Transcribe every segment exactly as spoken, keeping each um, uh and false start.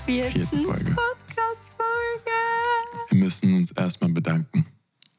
vierten, vierten Folge. Podcast-Folge. Wir müssen uns erstmal bedanken.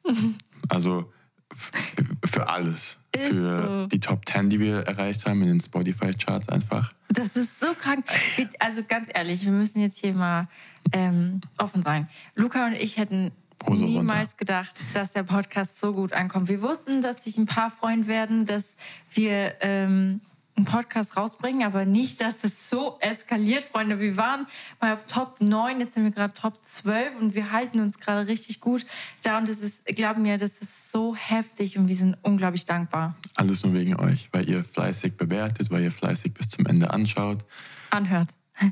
Also f- für alles. Ist für so. die Top zehn, die wir erreicht haben in den Spotify-Charts einfach. Das ist so krank. Wir- Also ganz ehrlich, wir müssen jetzt hier mal ähm, offen sein. Luca und ich hätten Hose niemals runter. gedacht, dass der Podcast so gut ankommt. Wir wussten, dass sich ein paar freuen werden, dass wir ähm, einen Podcast rausbringen, aber nicht, dass es so eskaliert, Freunde. Wir waren mal auf Top neun, jetzt sind wir gerade Top zwölf und wir halten uns gerade richtig gut da. Und das ist, glaub mir, das ist so heftig und wir sind unglaublich dankbar. Alles nur wegen euch, weil ihr fleißig bewertet, weil ihr fleißig bis zum Ende anschaut. Anhört.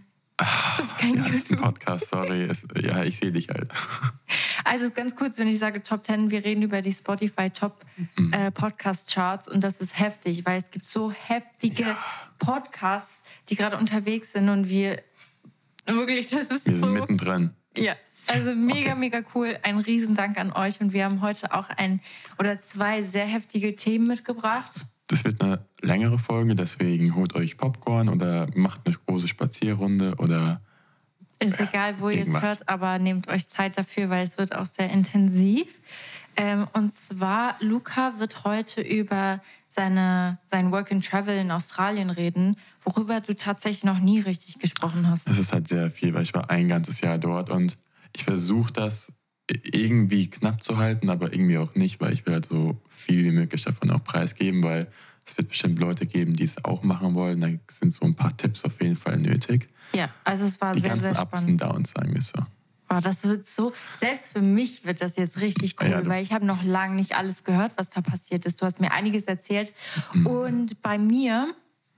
Das ist kein Ja, das ist ein YouTube. Podcast, sorry. Es, ja, ich sehe dich halt. Also ganz kurz, wenn ich sage Top zehn, wir reden über die Spotify Top Mhm. äh, Podcast Charts und das ist heftig, weil es gibt so heftige Ja. Podcasts, die gerade unterwegs sind und wir wirklich, das ist Wir sind so, mittendrin. ja, also mega, Okay. mega cool. Ein Riesendank an euch und wir haben heute auch ein oder zwei sehr heftige Themen mitgebracht. Das wird eine längere Folge, deswegen holt euch Popcorn oder macht eine große Spazierrunde oder Ist egal, wo ihr es irgendwas. hört, aber nehmt euch Zeit dafür, weil es wird auch sehr intensiv. Ähm, und zwar, Luca wird heute über seine, sein Work and Travel in Australien reden, worüber du tatsächlich noch nie richtig gesprochen hast. das ist halt sehr viel, weil ich war ein ganzes Jahr dort und ich versuche das irgendwie knapp zu halten, aber irgendwie auch nicht, weil ich will halt so viel wie möglich davon auch preisgeben, weil es wird bestimmt Leute geben, die es auch machen wollen. Da sind so ein paar Tipps auf jeden Fall nötig. Ja, also es war Die sehr, ganzen sehr Ups spannend. und Downs, sagen wir es so. Oh, das wird so, selbst für mich wird das jetzt richtig cool, Ja, du- weil ich habe noch lange nicht alles gehört, was da passiert ist. Du hast mir einiges erzählt. Mhm. Und bei mir,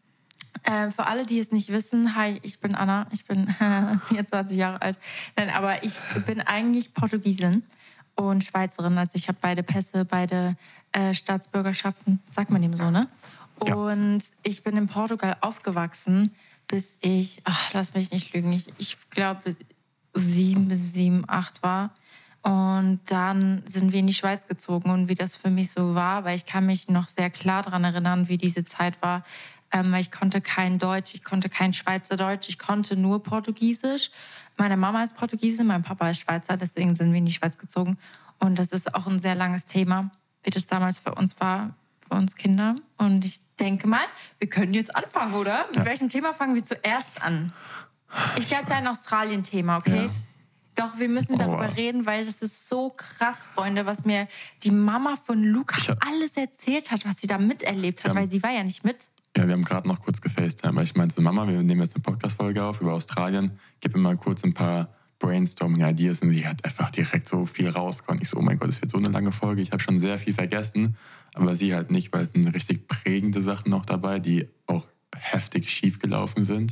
äh, für alle, die es nicht wissen, hi, ich bin Anna, ich bin vierundzwanzig Jahre alt. Nein, aber ich bin eigentlich Portugiesin und Schweizerin. Also ich habe beide Pässe, beide äh, Staatsbürgerschaften, sagt man dem so, ne? Ja. Und ich bin in Portugal aufgewachsen, bis ich, ach, lass mich nicht lügen, ich, ich glaube sieben bis sieben, acht war. Und dann sind wir in die Schweiz gezogen und wie das für mich so war, weil ich kann mich noch sehr klar daran erinnern, wie diese Zeit war. Ähm, weil ich konnte kein Deutsch, ich konnte kein Schweizerdeutsch, ich konnte nur Portugiesisch. Meine Mama ist Portugiesin, mein Papa ist Schweizer, deswegen sind wir in die Schweiz gezogen. Und das ist auch ein sehr langes Thema, wie das damals für uns war, für uns Kinder. Und ich denke mal, wir können jetzt anfangen, oder? Mit Ja. welchem Thema fangen wir zuerst an? Ich glaube, dein Australien-Thema, okay? Ja. Doch, wir müssen Oh. darüber reden, weil das ist so krass, Freunde, was mir die Mama von Luca Ich hab- alles erzählt hat, was sie da miterlebt hat, Ja. weil sie war ja nicht mit. Ja, wir haben gerade noch kurz gefacetimed, weil ich meinte, Mama, wir nehmen jetzt eine Podcast-Folge auf über Australien. Gib mir mal kurz ein paar Brainstorming-Ideas und sie hat einfach direkt so viel rausgehauen. Ich so, oh mein Gott, es wird so eine lange Folge. Ich habe schon sehr viel vergessen, aber sie halt nicht, weil es sind richtig prägende Sachen noch dabei, die auch heftig schief gelaufen sind.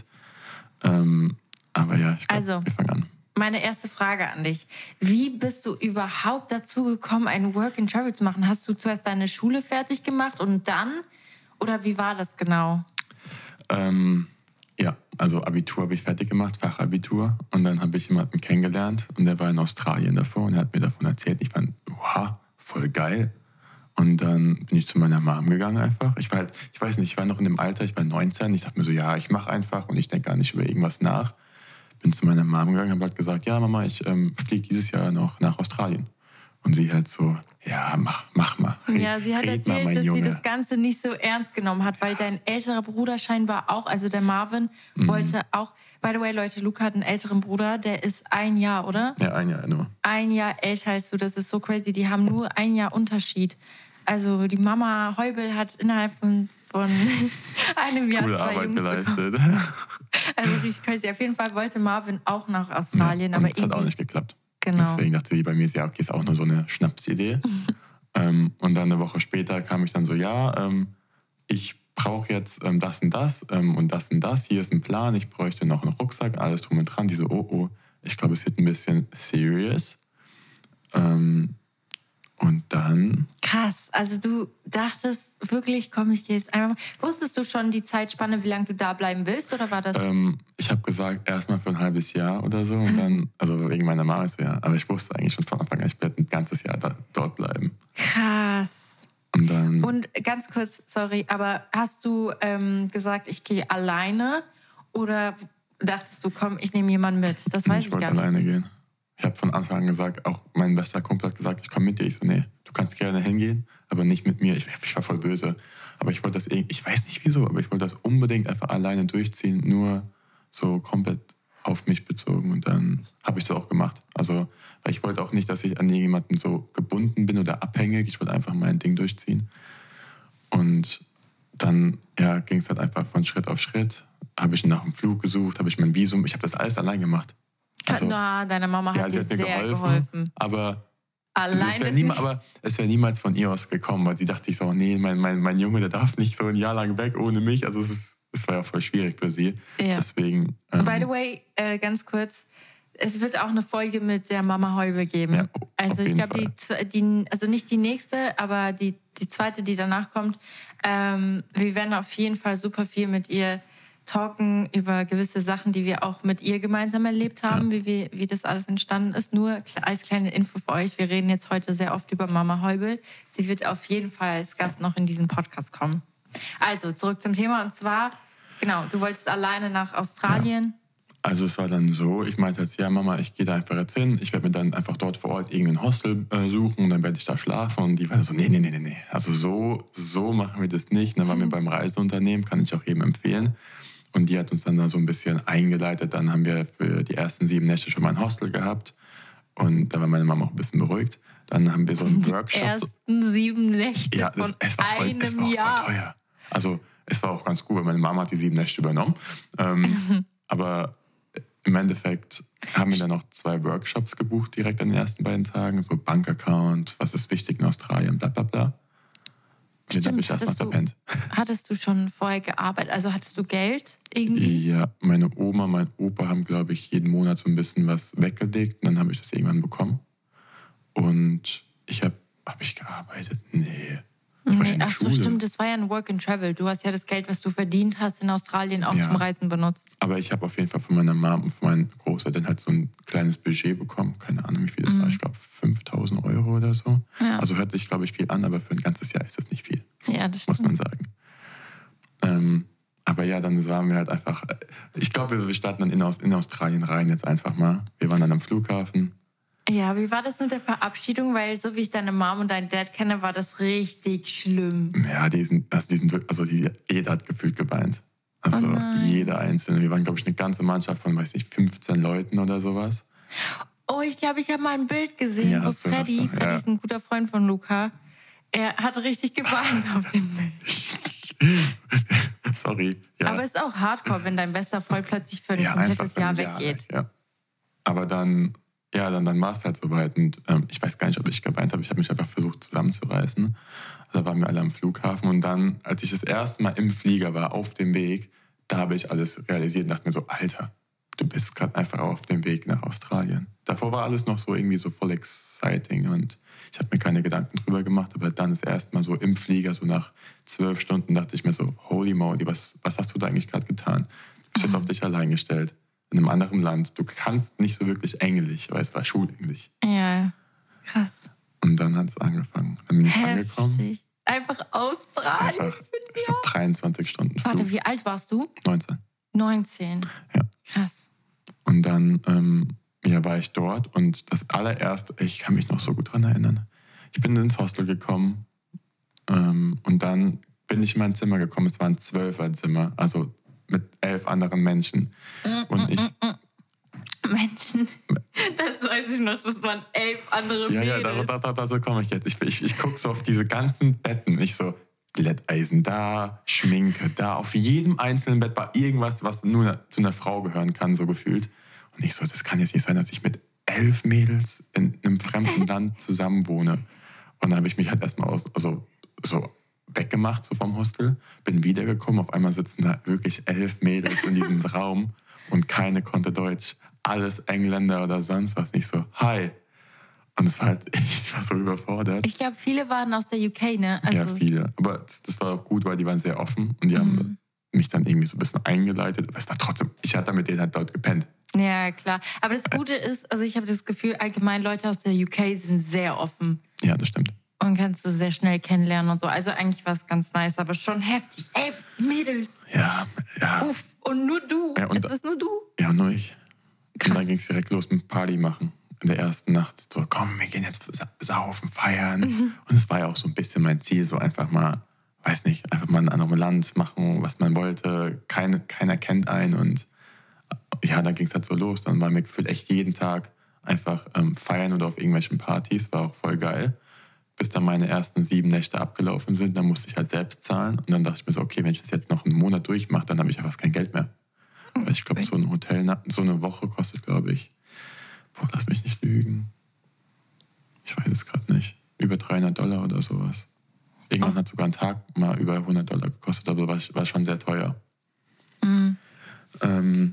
Ähm, aber ja, ich glaube, Also. wir fangen an. Meine erste Frage an dich. Wie bist du überhaupt dazu gekommen, ein Work and Travel zu machen? Hast du zuerst deine Schule fertig gemacht und dann? Oder wie war das genau? Ähm, ja, also Abitur habe ich fertig gemacht, Fachabitur. Und dann habe ich jemanden kennengelernt und der war in Australien davor und er hat mir davon erzählt. Ich fand, wow, voll geil. Und dann bin ich zu meiner Mom gegangen einfach. Ich war halt, ich weiß nicht, ich war noch in dem Alter, ich war neunzehn. Ich dachte mir so, ja, ich mache einfach und ich denke gar nicht über irgendwas nach. Bin zu meiner Mom gegangen und habe halt gesagt, ja, Mama, ich ähm, fliege dieses Jahr noch nach Australien. Und sie halt so, ja, mach, mach mal. Red, Ja, sie hat red mal, erzählt, mein dass Junge. sie das Ganze nicht so ernst genommen hat, weil dein älterer Bruder scheinbar auch, also der Marvin, Mhm. wollte auch, by the way, Leute, Luca hat einen älteren Bruder, der ist ein Jahr, oder? Ja, ein Jahr nur. Ein Jahr älter als du, das ist so crazy, die haben nur ein Jahr Unterschied. Also die Mama Heubel hat innerhalb von, von einem Jahr Coole zwei Arbeit Jungs bekommen. geleistet. Also richtig crazy. Auf jeden Fall wollte Marvin auch nach Australien, Ja, aber und es hat auch irgendwie... nicht geklappt. Genau. Deswegen dachte sie bei mir, ja, okay, ist auch nur so eine Schnapsidee. ähm, und dann eine Woche später kam ich dann so, ja, ähm, ich brauche jetzt ähm, das und das ähm, und das und das. Hier ist ein Plan, ich bräuchte noch einen Rucksack, alles drum und dran. Die so, oh, oh, ich glaube, es wird ein bisschen serious. Ähm, und dann, Krass, also du dachtest wirklich, komm, ich gehe jetzt einfach mal. Wusstest du schon die Zeitspanne, wie lange du da bleiben willst, oder war das... ähm, ich habe gesagt, erstmal für ein halbes Jahr oder so. Und dann, also wegen meiner Mama ist so, ja. Aber ich wusste eigentlich schon von Anfang an, ich werde ein ganzes Jahr da, dort bleiben. Krass. Und dann, Und ganz kurz, sorry, aber hast du ähm, gesagt, ich gehe alleine oder dachtest du, komm, ich nehme jemanden mit? Das weiß ich ich, wollte gar nicht. alleine gehen. Ich habe von Anfang an gesagt, auch mein bester Kumpel hat gesagt, ich komme mit dir. Ich so, nee, du kannst gerne hingehen, aber nicht mit mir. Ich, ich war voll böse. Aber ich wollte das irgendwie, ich weiß nicht wieso, aber ich wollte das unbedingt einfach alleine durchziehen, nur so komplett auf mich bezogen. Und dann habe ich es auch gemacht. Also, weil ich wollte auch nicht, dass ich an jemanden so gebunden bin oder abhängig. Ich wollte einfach mein Ding durchziehen. Und dann ja, ging es halt einfach von Schritt auf Schritt. Habe ich nach dem Flug gesucht, habe ich mein Visum. Ich habe das alles allein gemacht. Also, Na, deine Mama hat ja, dir hat mir sehr geholfen. geholfen. Aber Allein es wäre ist nie, nicht- aber es wäre niemals von ihr aus gekommen, weil sie dachte ich so, nee, mein, mein, mein Junge, der darf nicht so ein Jahr lang weg ohne mich. Also es, ist, es war ja voll schwierig für sie. Ja. Deswegen. Ähm, By the way, äh, ganz kurz, es wird auch eine Folge mit der Mama Heube geben. Ja, auf also ich jeden glaube, die, Fall. die, also nicht die nächste, aber die, die zweite, die danach kommt. Ähm, wir werden auf jeden Fall super viel mit ihr talken über gewisse Sachen, die wir auch mit ihr gemeinsam erlebt haben, Ja. wie, wir, wie das alles entstanden ist. Nur als kleine Info für euch, wir reden jetzt heute sehr oft über Mama Heubel. Sie wird auf jeden Fall als Gast noch in diesen Podcast kommen. Also, zurück zum Thema. Und zwar, genau, du wolltest alleine nach Australien. Also es war dann so, ich meinte jetzt, ja Mama, ich gehe da einfach jetzt hin, ich werde mir dann einfach dort vor Ort irgendein Hostel äh, suchen und dann werde ich da schlafen. Und die war so, nee, nee, nee, nee, nee. Also so, so machen wir das nicht. Dann waren wir beim Reiseunternehmen, kann ich auch jedem empfehlen. Und die hat uns dann da so ein bisschen eingeleitet. Dann haben wir für die ersten sieben Nächte schon mal ein Hostel gehabt. Und da war meine Mama auch ein bisschen beruhigt. Dann haben wir so einen Die Workshop. ersten sieben Nächte ja, das, von es war voll, einem es war Jahr. voll teuer. Also es war auch ganz gut, weil meine Mama hat die sieben Nächte übernommen. Ähm, aber im Endeffekt haben wir dann noch zwei Workshops gebucht direkt an den ersten beiden Tagen. So Bankaccount, was ist wichtig in Australien, bla bla bla. Und dann habe ich erstmal hattest, du, verpennt. hattest du schon vorher gearbeitet? Also hattest du Geld irgendwie? Ja, meine Oma, mein Opa haben, glaube ich, jeden Monat so ein bisschen was weggelegt. Und dann habe ich das irgendwann bekommen. Und ich habe, habe ich gearbeitet? Nee. Ich war Nee, in der ach so, Schule. stimmt, das war ja ein Work and Travel. Du hast ja das Geld, was du verdient hast in Australien, auch Ja. zum Reisen benutzt. Aber ich habe auf jeden Fall von meiner Mom und von meinen Großeltern halt so ein kleines Budget bekommen. Keine Ahnung, wie viel das Mhm. war. Ich glaube, fünftausend Euro oder so. Ja. Also hört sich, glaube ich, viel an, aber für ein ganzes Jahr ist das nicht viel. Ja, das Muss man stimmt. sagen. Ähm, aber ja, dann waren wir halt einfach... Ich glaube, wir starten dann in, Aus, in Australien rein jetzt einfach mal. Wir waren dann am Flughafen. Ja, wie war das mit der Verabschiedung? Weil so wie ich deine Mom und deinen Dad kenne, war das richtig schlimm. Ja, die sind, also, die sind, also die, jeder hat gefühlt geweint. Also Oh nein. jeder Einzelne. Wir waren, glaube ich, eine ganze Mannschaft von, weiß nicht, fünfzehn Leuten oder sowas. Oh, ich glaube, ich habe mal ein Bild gesehen, Ja, wo hast du, hast Freddy, du, Freddy ja. ist ein guter Freund von Luca, er hat richtig geweint auf dem Bild. Sorry. Ja. Aber es ist auch hardcore, wenn dein bester Freund plötzlich für ein ja, komplettes einfach Jahr ein Jahr weggeht. weg, ja. Aber dann, ja, dann, dann war es halt soweit. Und ähm, ich weiß gar nicht, ob ich geweint habe. Ich habe mich einfach versucht zusammenzureißen. Da waren wir alle am Flughafen. Und dann, als ich das erste Mal im Flieger war, auf dem Weg, da habe ich alles realisiert und dachte mir so, Alter, du bist gerade einfach auf dem Weg nach Australien. Davor war alles noch so irgendwie so voll exciting und ich habe mir keine Gedanken drüber gemacht, aber dann das erste Mal so im Flieger, so nach zwölf Stunden, dachte ich mir so, holy moly, was, was hast du da eigentlich gerade getan? Du bist jetzt auf dich allein gestellt, in einem anderen Land. Du kannst nicht so wirklich Englisch, weil es war Schulenglisch. Ja, krass. Und dann hat es angefangen. Dann bin ich angekommen. Heftig. Einfach Australien. Einfach, ich glaube, dreiundzwanzig Stunden Flug. Warte, wie alt warst du? neunzehn. neunzehn. Ja. Krass. Und dann ähm, ja, war ich dort und das allererste, ich kann mich noch so gut dran erinnern, ich bin ins Hostel gekommen ähm, und dann bin ich in mein Zimmer gekommen. Es war ein Zwölferzimmer, also mit elf anderen Menschen. Und ich, Menschen, das weiß ich noch, das waren elf andere ja, ja, Mädels. da, da, da, da so komme ich jetzt. Ich, ich, ich gucke so auf diese ganzen Betten. Ich so, Glätteisen da, Schminke da. Auf jedem einzelnen Bett war irgendwas, was nur zu einer Frau gehören kann, so gefühlt. Und ich so, das kann jetzt nicht sein, dass ich mit elf Mädels in einem fremden Land zusammenwohne. Und dann habe ich mich halt erstmal aus, also, so weggemacht so vom Hostel, bin wiedergekommen. Auf einmal sitzen da wirklich elf Mädels in diesem Raum und keine konnte Deutsch. Alles Engländer oder sonst was. Nicht so, hi. Und es war halt, ich war so überfordert. Ich glaube, viele waren aus der U K, ne? Also, Ja, viele. Aber das, das war auch gut, weil die waren sehr offen und die haben Mhm. mich dann irgendwie so ein bisschen eingeleitet. Aber es war trotzdem, ich hatte mit denen halt dort gepennt. Ja, klar. Aber das Gute ist, also ich habe das Gefühl, allgemein Leute aus der U K sind sehr offen Ja, das stimmt. und kannst du sehr schnell kennenlernen und so. Also eigentlich war es ganz nice, aber schon heftig. Elf Mädels. Ja, ja. Uff. Und nur du? Ja, und es bist nur du? Ja, nur ich. Krass. Und dann ging es direkt los mit Party machen. In der ersten Nacht. So, komm, wir gehen jetzt saufen, feiern. Mhm. Und es war ja auch so ein bisschen mein Ziel, so einfach mal, weiß nicht, einfach mal in einem anderen Land machen, was man wollte. Keine, keiner kennt einen. Und ja, dann ging es halt so los. Dann waren wir gefühlt echt jeden Tag einfach ähm, feiern oder auf irgendwelchen Partys. War auch voll geil. Bis dann meine ersten sieben Nächte abgelaufen sind. Dann musste ich halt selbst zahlen. Und dann dachte ich mir so, okay, wenn ich das jetzt noch einen Monat durchmache, dann habe ich einfach kein Geld mehr. Weil ich glaube, so ein Hotel, so eine Woche kostet, glaube ich, boah, lass mich nicht lügen. Ich weiß es gerade nicht. Über dreihundert Dollar oder sowas. Irgendwann oh. hat sogar ein Tag mal über hundert Dollar gekostet, aber war, war schon sehr teuer. Mhm. Ähm,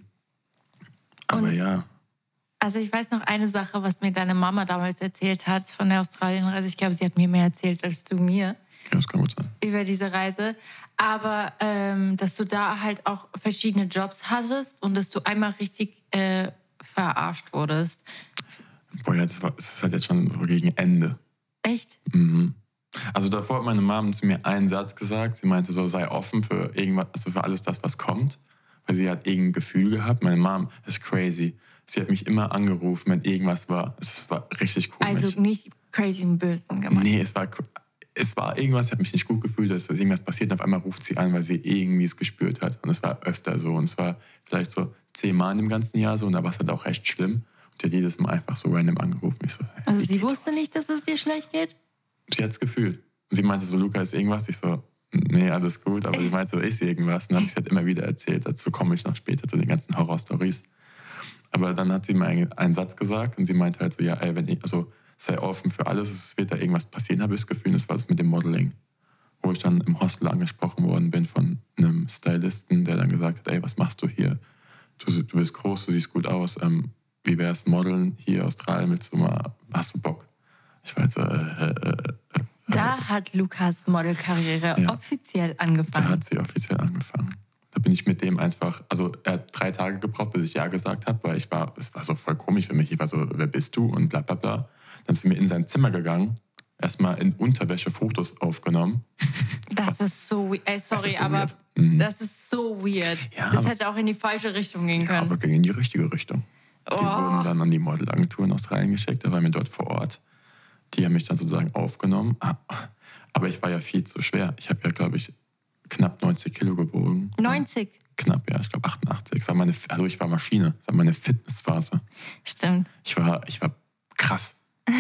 aber Und, ja. Also ich weiß noch eine Sache, was mir deine Mama damals erzählt hat von der Australienreise. Ich glaube, sie hat mir mehr erzählt als du mir. Ja, das kann gut sein. Über diese Reise. Aber ähm, dass du da halt auch verschiedene Jobs hattest und dass du einmal richtig äh, verarscht wurdest. Boah, ja, das, war, das ist halt jetzt schon so gegen Ende. Echt? Mhm. Also davor hat meine Mom zu mir einen Satz gesagt. Sie meinte so, sei offen für irgendwas, also für alles das, was kommt. Weil sie hat irgendein Gefühl gehabt. Meine Mom ist crazy. Sie hat mich immer angerufen, wenn irgendwas war. Es war richtig komisch. Also nicht crazy im Bösen gemeint? Nee, es war, es war irgendwas, ich habe mich nicht gut gefühlt, dass irgendwas passiert. Und auf einmal ruft sie an, weil sie irgendwie es gespürt hat. Und es war öfter so. Und es war vielleicht so zehnmal in dem ganzen Jahr so. Und da war es halt auch recht schlimm. Und die hat jedes Mal einfach so random angerufen. Ich so, hey, also sie wusste nicht, dass es dir schlecht geht? Sie hat es gefühlt. Und sie meinte so, Luca, ist irgendwas? Ich so, nee, alles gut. Aber sie meinte, ist irgendwas. Und dann habe ich es halt immer wieder erzählt. Dazu komme ich noch später zu den ganzen Horror-Stories. Aber dann hat sie mir einen, einen Satz gesagt und sie meinte halt so, ja, ey, wenn ich, also sei offen für alles, es wird da irgendwas passieren, habe ich das Gefühl. Das war das mit dem Modeling. Wo ich dann im Hostel angesprochen worden bin von einem Stylisten, der dann gesagt hat, ey, was machst du hier? Du, du bist groß, du siehst gut aus. Ähm, wie wär's Modeln hier in Australien? Willst du mal, hast du Bock? Ich war jetzt, äh, äh, äh, Da hat Lukas Modelkarriere ja. offiziell angefangen. Da hat sie offiziell angefangen. Da bin ich mit dem einfach, also er hat drei Tage gebraucht, bis ich Ja gesagt habe, weil ich war, es war so voll komisch für mich. Ich war so, wer bist du? Und bla bla bla. Dann sind wir in sein Zimmer gegangen, erstmal in Unterwäsche Fotos aufgenommen. Das ist so, ey, sorry, ist so aber mhm. das ist so weird. Ja, das hätte auch in die falsche Richtung gehen können. Ja, aber ging in die richtige Richtung. Die oh. wurden dann an die Modelagentur in Australien geschickt, da waren wir dort vor Ort. Die haben mich dann sozusagen aufgenommen. Aber ich war ja viel zu schwer. Ich habe ja, glaube ich, knapp neunzig Kilo gewogen. neunzig? Knapp, ja, ich glaube achtundachtzig. Das war meine, also ich war Maschine, das war meine Fitnessphase. Stimmt. Ich war, ich war krass.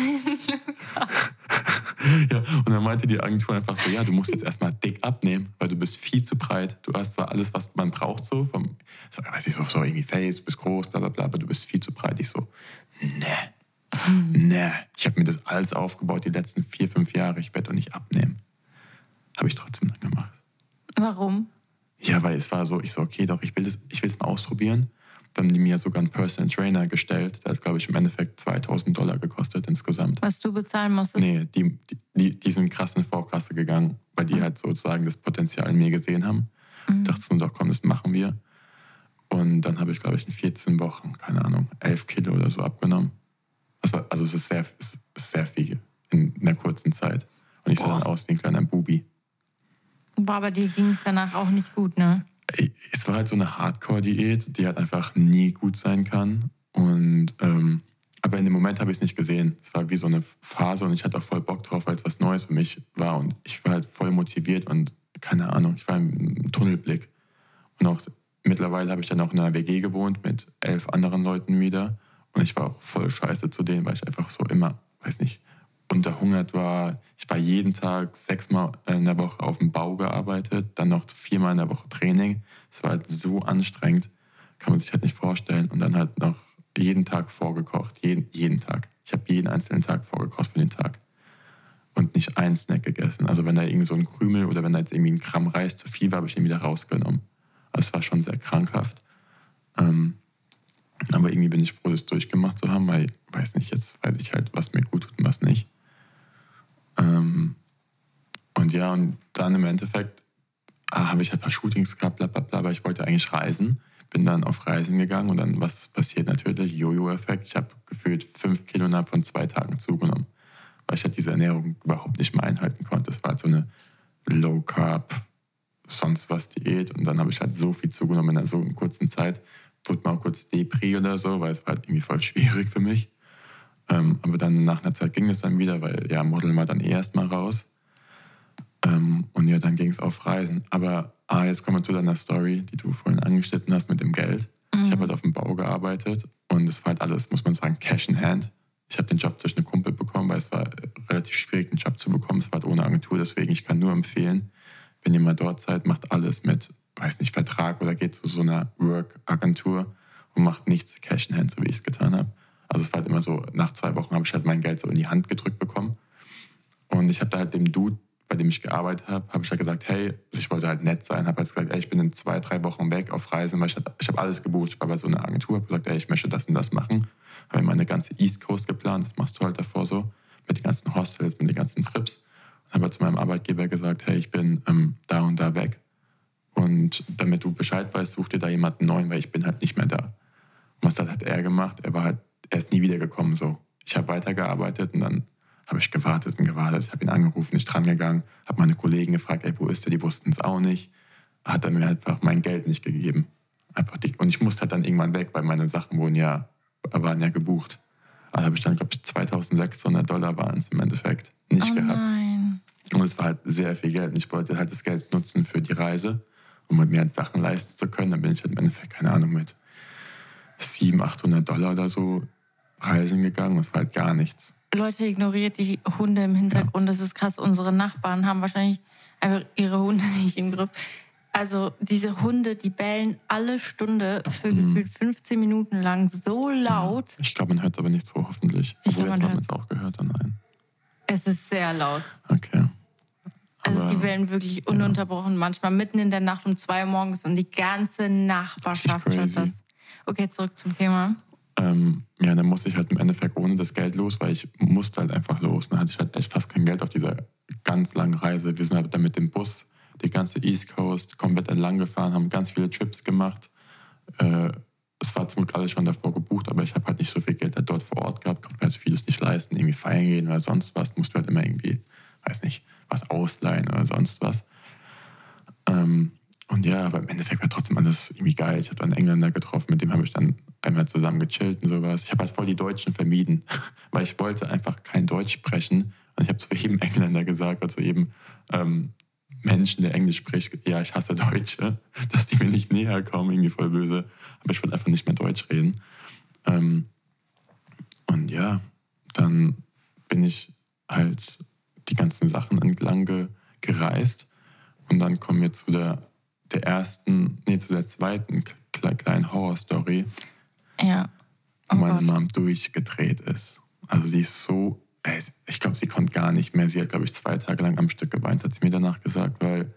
Ja, und dann meinte die Agentur einfach so, ja, du musst jetzt erstmal dick abnehmen, weil du bist viel zu breit. Du hast zwar alles, was man braucht, so, vom, weiß ich so, so irgendwie Face, du bist groß, bla bla bla, aber du bist viel zu breit. Ich so, ne, ne. Ich habe mir das alles aufgebaut die letzten vier, fünf Jahre. Ich werde doch nicht abnehmen. Habe ich trotzdem dann gemacht. Warum? Ja, weil es war so, ich so, okay, doch, ich will das, ich will es mal ausprobieren. Dann haben die mir sogar einen Personal Trainer gestellt. Der hat, glaube ich, im Endeffekt zweitausend Dollar gekostet insgesamt. Was du bezahlen musstest? Nee, die, die, die sind krass in Vorkasse gegangen, weil die mhm. halt sozusagen das Potenzial in mir gesehen haben. Mhm. Dachten so, doch komm, das machen wir. Und dann habe ich, glaube ich, in vierzehn Wochen, keine Ahnung, elf Kilo oder so abgenommen. Das war, also es ist sehr, es ist sehr viel in, in einer kurzen Zeit. Und ich sah dann aus wie ein kleiner Bubi. Boah, aber dir ging es danach auch nicht gut, ne? Es war halt so eine Hardcore-Diät, die halt einfach nie gut sein kann. Und, ähm, aber in dem Moment habe ich es nicht gesehen. Es war wie so eine Phase und ich hatte auch voll Bock drauf, weil es was Neues für mich war. Und ich war halt voll motiviert und keine Ahnung, ich war im Tunnelblick. Und auch mittlerweile habe ich dann auch in einer W G gewohnt mit elf anderen Leuten wieder. Und ich war auch voll scheiße zu denen, weil ich einfach so immer, weiß nicht, unterhungert war. Ich war jeden Tag sechsmal in der Woche auf dem Bau gearbeitet, dann noch viermal in der Woche Training. Es war halt so anstrengend, kann man sich halt nicht vorstellen. Und dann halt noch jeden Tag vorgekocht, jeden, jeden Tag. Ich habe jeden einzelnen Tag vorgekocht für den Tag. Und nicht einen Snack gegessen. Also wenn da irgend so ein Krümel oder wenn da jetzt irgendwie ein Gramm Reis zu viel war, habe ich den wieder rausgenommen. Also es war schon sehr krankhaft. Ähm, aber irgendwie bin ich froh, das durchgemacht zu haben, weil, weiß nicht, jetzt weiß ich halt, was mir gut tut und was nicht. Ähm, und ja, und dann im Endeffekt ah, habe ich halt ein paar Shootings gehabt, bla bla bla, aber ich wollte eigentlich reisen. Bin dann auf Reisen gegangen und dann, was passiert natürlich? Jojo-Effekt. Ich habe gefühlt fünf Kilo innerhalb von zwei Tagen zugenommen, weil ich halt diese Ernährung überhaupt nicht mehr einhalten konnte. Es war halt so eine Low-Carb, sonst was Diät. Und dann habe ich halt so viel zugenommen in einer so einer kurzen Zeit. Wurde mal kurz Depri oder so, weil es war halt irgendwie voll schwierig für mich. Ähm, aber dann nach einer Zeit ging es dann wieder, weil ja, Modeln war dann eh erst mal raus. Ähm, und ja, dann ging es auf Reisen. Aber ah, jetzt kommen wir zu deiner Story, die du vorhin angeschnitten hast mit dem Geld. Mhm. Ich habe halt auf dem Bau gearbeitet und es war halt alles, muss man sagen, Cash in Hand. Ich habe den Job durch einen Kumpel bekommen, weil es war relativ schwierig, einen Job zu bekommen. Es war halt ohne Agentur, deswegen ich kann nur empfehlen, wenn ihr mal dort seid, macht alles mit, weiß nicht, Vertrag oder geht zu so einer Work-Agentur und macht nichts Cash in Hand, so wie ich es getan habe. Also es war halt immer so, nach zwei Wochen habe ich halt mein Geld so in die Hand gedrückt bekommen. Und ich habe da halt dem Dude, bei dem ich gearbeitet habe, habe ich halt gesagt, hey, ich wollte halt nett sein, habe halt gesagt, ey, ich bin in zwei, drei Wochen weg auf Reisen, weil ich, halt, ich habe alles gebucht. Ich war bei so einer Agentur, habe gesagt, ey, ich möchte das und das machen. Habe meine ganze East Coast geplant, das machst du halt davor so, mit den ganzen Hostels, mit den ganzen Trips. Und habe halt zu meinem Arbeitgeber gesagt, hey, ich bin ähm, da und da weg. Und damit du Bescheid weißt, such dir da jemanden neuen, weil ich bin halt nicht mehr da. Und was das hat er gemacht? Er war halt, er ist nie wiedergekommen so. Ich habe weitergearbeitet und dann habe ich gewartet und gewartet. Ich habe ihn angerufen, nicht dran gegangen, habe meine Kollegen gefragt, ey, wo ist der? Die wussten es auch nicht. Hat er mir einfach mein Geld nicht gegeben. Einfach die, und ich musste halt dann irgendwann weg, weil meine Sachen wurden ja, waren ja gebucht. Also habe ich dann, glaube ich, zweitausendsechshundert Dollar waren es im Endeffekt nicht oh gehabt. Nein. Und es war halt sehr viel Geld. Und ich wollte halt das Geld nutzen für die Reise, um mit mir halt Sachen leisten zu können. Dann bin ich halt im Endeffekt, keine Ahnung, mit siebenhundert, achthundert Dollar oder so reisen gegangen. Es war halt gar nichts. Leute, ignoriert die Hunde im Hintergrund. Ja. Das ist krass. Unsere Nachbarn haben wahrscheinlich einfach ihre Hunde nicht im Griff. Also diese Hunde, die bellen alle Stunde für mhm. gefühlt fünfzehn Minuten lang so laut. Ja. Ich glaube, man hört aber nicht so, hoffentlich. Ich glaube, man hört es auch gehört. Nein. Es ist sehr laut. Okay. Also die bellen wirklich ununterbrochen. Ja. Manchmal mitten in der Nacht um zwei Uhr morgens und die ganze Nachbarschaft hört das. Okay, zurück zum Thema. Ähm, ja, dann musste ich halt im Endeffekt ohne das Geld los, weil ich musste halt einfach los. Dann hatte ich halt echt fast kein Geld auf dieser ganz langen Reise. Wir sind halt dann mit dem Bus die ganze East Coast komplett entlang gefahren, haben ganz viele Trips gemacht. Äh, es war zum Glück alles schon davor gebucht, aber ich habe halt nicht so viel Geld halt dort vor Ort gehabt, konnte mir halt vieles nicht leisten, irgendwie feiern gehen oder sonst was. Musste halt immer irgendwie, weiß nicht, was ausleihen oder sonst was. Ähm, und ja, aber im Endeffekt war trotzdem alles irgendwie geil. Ich hatte einen Engländer getroffen, mit dem habe ich dann einmal zusammen gechillt und sowas. Ich habe halt voll die Deutschen vermieden, weil ich wollte einfach kein Deutsch sprechen. Und ich habe zu jedem Engländer gesagt, also jedem ähm, Menschen, der Englisch spricht, ja, ich hasse Deutsche, dass die mir nicht näher kommen, irgendwie voll böse. Aber ich wollte einfach nicht mehr Deutsch reden. Ähm, und ja, dann bin ich halt die ganzen Sachen entlang ge- gereist. Und dann kommen wir zu der, der ersten, nee, zu der zweiten kle- kleinen Horror-Story. Ja. Oh wo meine Gott. Mom durchgedreht ist. Also die ist so, ich glaube, sie konnte gar nicht mehr. Sie hat, glaube ich, zwei Tage lang am Stück geweint, hat sie mir danach gesagt, weil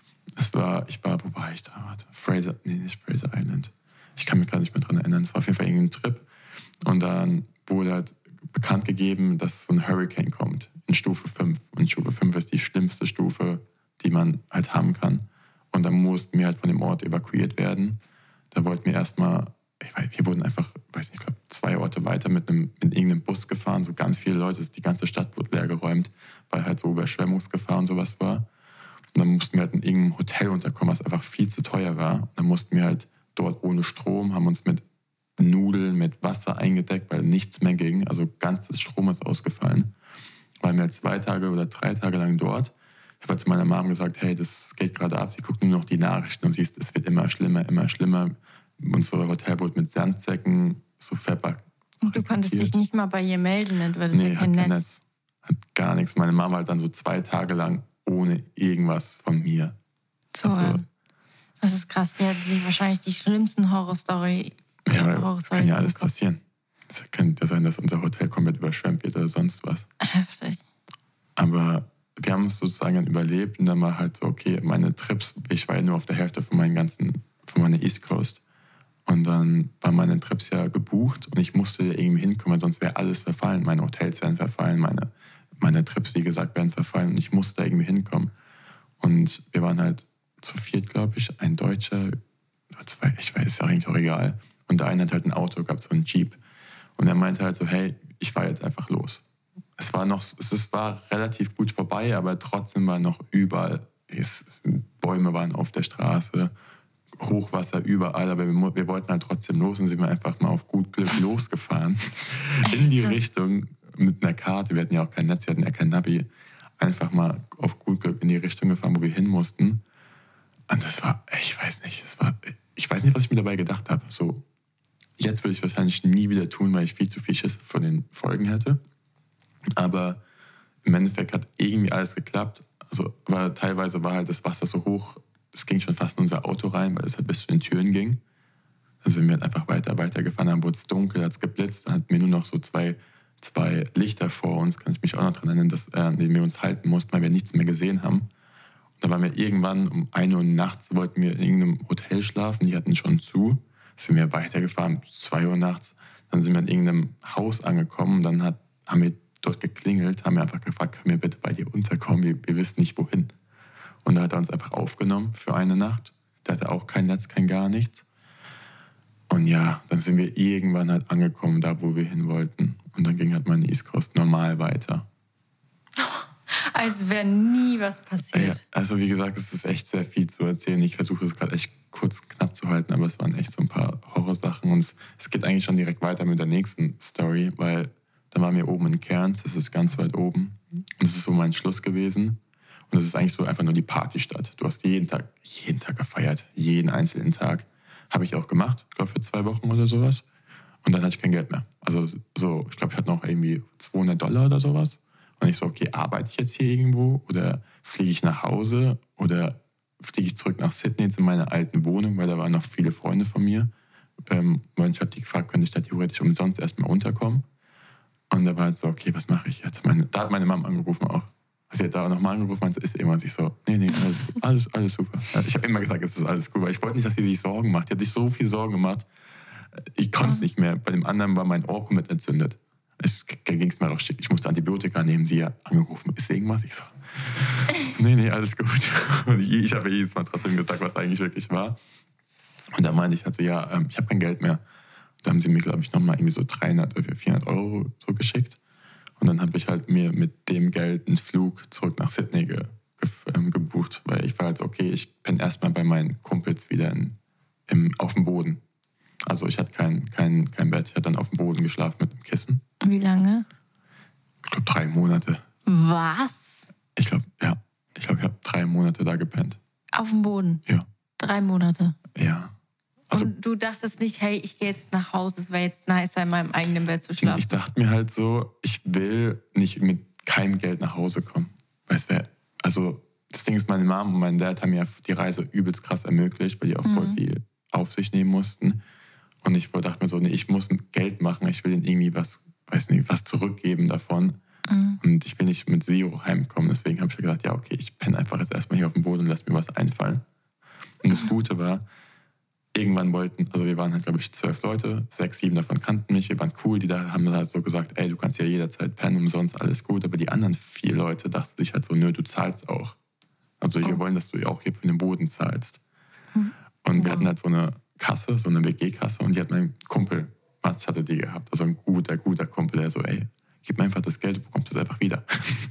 es war, ich war, wo war ich da? Warte, Fraser, nee, nicht Fraser Island. Ich kann mich gar nicht mehr dran erinnern. Es war auf jeden Fall irgendein Trip. Und dann wurde halt bekannt gegeben, dass so ein Hurricane kommt in Stufe fünf. Und Stufe fünf ist die schlimmste Stufe, die man halt haben kann. Und dann mussten wir halt von dem Ort evakuiert werden. Da wollten wir erstmal, ich weiß, wir wurden einfach, weiß nicht, ich glaube, zwei Orte weiter mit, einem, mit irgendeinem Bus gefahren. So ganz viele Leute, die ganze Stadt wurde leer geräumt, weil halt so Überschwemmungsgefahr und sowas war. Und dann mussten wir halt in irgendeinem Hotel unterkommen, was einfach viel zu teuer war. Und dann mussten wir halt dort ohne Strom, haben uns mit Nudeln, mit Wasser eingedeckt, weil nichts mehr ging. Also ganzes Strom ist ausgefallen. Waren wir halt zwei Tage oder drei Tage lang dort. Ich habe halt zu meiner Mom gesagt, hey, das geht gerade ab. Sie guckt nur noch die Nachrichten und siehst, es wird immer schlimmer, immer schlimmer. Unser Hotel wurde mit Sandsäcken so verpackt. Und du konntest dich nicht mal bei ihr melden, du hattest nee, ja kein hat kein Netz. Netz. Hat gar nichts. Meine Mama war halt dann so zwei Tage lang ohne irgendwas von mir. So, also, das ist krass. Die hat sich wahrscheinlich die schlimmsten Horrorstory. Ja, Horror kann ja alles passieren. Es könnte sein, dass unser Hotel komplett überschwemmt wird oder sonst was. Heftig. Aber wir haben es sozusagen dann überlebt und dann war halt so, okay, meine Trips, ich war ja nur auf der Hälfte von meinen ganzen, von meiner East Coast. Und dann waren meine Trips ja gebucht und ich musste ja irgendwie hinkommen, weil sonst wäre alles verfallen. Meine Hotels wären verfallen, meine, meine Trips, wie gesagt, wären verfallen und ich musste da irgendwie hinkommen. Und wir waren halt zu viert, glaube ich, ein Deutscher, zwei, ich weiß, ist ja eigentlich auch egal. Und der eine hat halt ein Auto gehabt, so ein Jeep. Und er meinte halt so, hey, ich fahre jetzt einfach los. Es war noch, es war relativ gut vorbei, aber trotzdem war noch überall es, Bäume waren auf der Straße, Hochwasser überall, aber wir, wir wollten halt trotzdem los und sind wir einfach mal auf gut Glück losgefahren. In die Richtung mit einer Karte. Wir hatten ja auch kein Netz, wir hatten ja kein Navi. Einfach mal auf gut Glück in die Richtung gefahren, wo wir hin mussten. Und das war, ich weiß nicht, das war, ich weiß nicht, was ich mir dabei gedacht habe. So, jetzt würde ich wahrscheinlich nie wieder tun, weil ich viel zu viel Schiss vor den Folgen hätte. Aber im Endeffekt hat irgendwie alles geklappt. Also, aber teilweise war halt das Wasser so hoch, es ging schon fast in unser Auto rein, weil es halt bis zu den Türen ging. Dann sind wir halt einfach weiter, weiter gefahren, dann wurde es dunkel, hat es geblitzt, dann hatten wir nur noch so zwei, zwei Lichter vor uns, kann ich mich auch noch daran erinnern, dass, äh, an denen wir uns halten mussten, weil wir nichts mehr gesehen haben. Und dann waren wir irgendwann um ein Uhr nachts, wollten wir in irgendeinem Hotel schlafen, die hatten schon zu. Dann sind wir weitergefahren, bis zwei Uhr nachts. Dann sind wir in irgendeinem Haus angekommen, dann hat, haben wir dort geklingelt, haben wir einfach gefragt, können wir bitte bei dir unterkommen, wir, wir wissen nicht wohin. Und da hat er uns einfach aufgenommen für eine Nacht. Der hatte auch kein Netz, kein gar nichts. Und ja, dann sind wir irgendwann halt angekommen, da wo wir hin wollten. Und dann ging halt meine East Coast normal weiter. Als wäre nie was passiert. Ja, also wie gesagt, es ist echt sehr viel zu erzählen. Ich versuche es gerade echt kurz knapp zu halten, aber es waren echt so ein paar Horrorsachen. Und es, es geht eigentlich schon direkt weiter mit der nächsten Story, weil da waren wir oben in Cairns, das ist ganz weit oben. Und das ist so mein Schluss gewesen. Und das ist eigentlich so einfach nur die Partystadt. Du hast jeden Tag, jeden Tag gefeiert, jeden einzelnen Tag. Habe ich auch gemacht, ich glaube für zwei Wochen oder sowas. Und dann hatte ich kein Geld mehr. Also so, ich glaube, ich hatte noch irgendwie zweihundert Dollar oder sowas. Und ich so, okay, arbeite ich jetzt hier irgendwo oder fliege ich nach Hause oder fliege ich zurück nach Sydney zu meiner alten Wohnung, weil da waren noch viele Freunde von mir. Ähm, und ich habe die gefragt, könnte ich da theoretisch umsonst erstmal unterkommen? Und da war halt so, okay, was mache ich jetzt? Meine, da hat meine Mama angerufen auch. Sie hat da nochmal angerufen und ist immer sich so, nee, nee, alles, alles, alles super. Ich habe immer gesagt, es ist alles gut, weil ich wollte nicht, dass sie sich Sorgen macht. Die hat sich so viel Sorgen gemacht. Ich konnte es nicht mehr. Bei dem anderen war mein Ohr komplett entzündet. Es ging es mir auch schick. Ich musste Antibiotika nehmen. Sie hat angerufen, ist irgendwas? Ich so, nee, nee, alles gut. Und ich, ich habe jedes Mal trotzdem gesagt, was eigentlich wirklich war. Und da meinte ich halt so, ja, ähm, ich habe kein Geld mehr. Da haben sie mir, glaube ich, nochmal irgendwie so dreihundert oder vierhundert Euro so geschickt. Und dann habe ich halt mir mit dem Geld einen Flug zurück nach Sydney ge, ge, ähm, gebucht, weil ich war halt so, okay, ich bin erstmal bei meinen Kumpels wieder in, im, auf dem Boden. Also ich hatte kein, kein, kein Bett, ich hatte dann auf dem Boden geschlafen mit einem Kissen. Wie lange? Ich glaube drei Monate. Was? Ich glaube, ja. Ich glaube, ich habe drei Monate da gepennt. Auf dem Boden? Ja. Drei Monate? Ja. Also, und du dachtest nicht, hey, ich gehe jetzt nach Hause, es wäre jetzt nicer, in meinem eigenen Bett zu schlafen? Ich dachte mir halt so, ich will nicht mit keinem Geld nach Hause kommen. Weil es wäre, also das Ding ist, meine Mom und mein Dad haben ja die Reise übelst krass ermöglicht, weil die auch mhm. voll viel auf sich nehmen mussten. Und ich dachte mir so, nee, ich muss Geld machen, ich will ihnen irgendwie was, weiß nicht, was zurückgeben davon. Mhm. Und ich will nicht mit Zero heimkommen. Deswegen habe ich gesagt, ja, okay, ich penne einfach jetzt erstmal hier auf dem Boden und lass mir was einfallen. Und das Gute war, irgendwann wollten, also wir waren halt, glaube ich, zwölf Leute, sechs, sieben davon kannten mich, wir waren cool, die da haben halt so gesagt, ey, du kannst ja jederzeit pennen, umsonst, alles gut. Aber die anderen vier Leute dachten sich halt so, nö, du zahlst auch. Also wir oh. wollen, dass du auch hier für den Boden zahlst. Mhm. Und wir wow. hatten halt so eine Kasse, so eine W G-Kasse und die hat mein Kumpel, Mats hatte die gehabt, also ein guter, guter Kumpel, der so, ey, gib mir einfach das Geld, du bekommst es einfach wieder.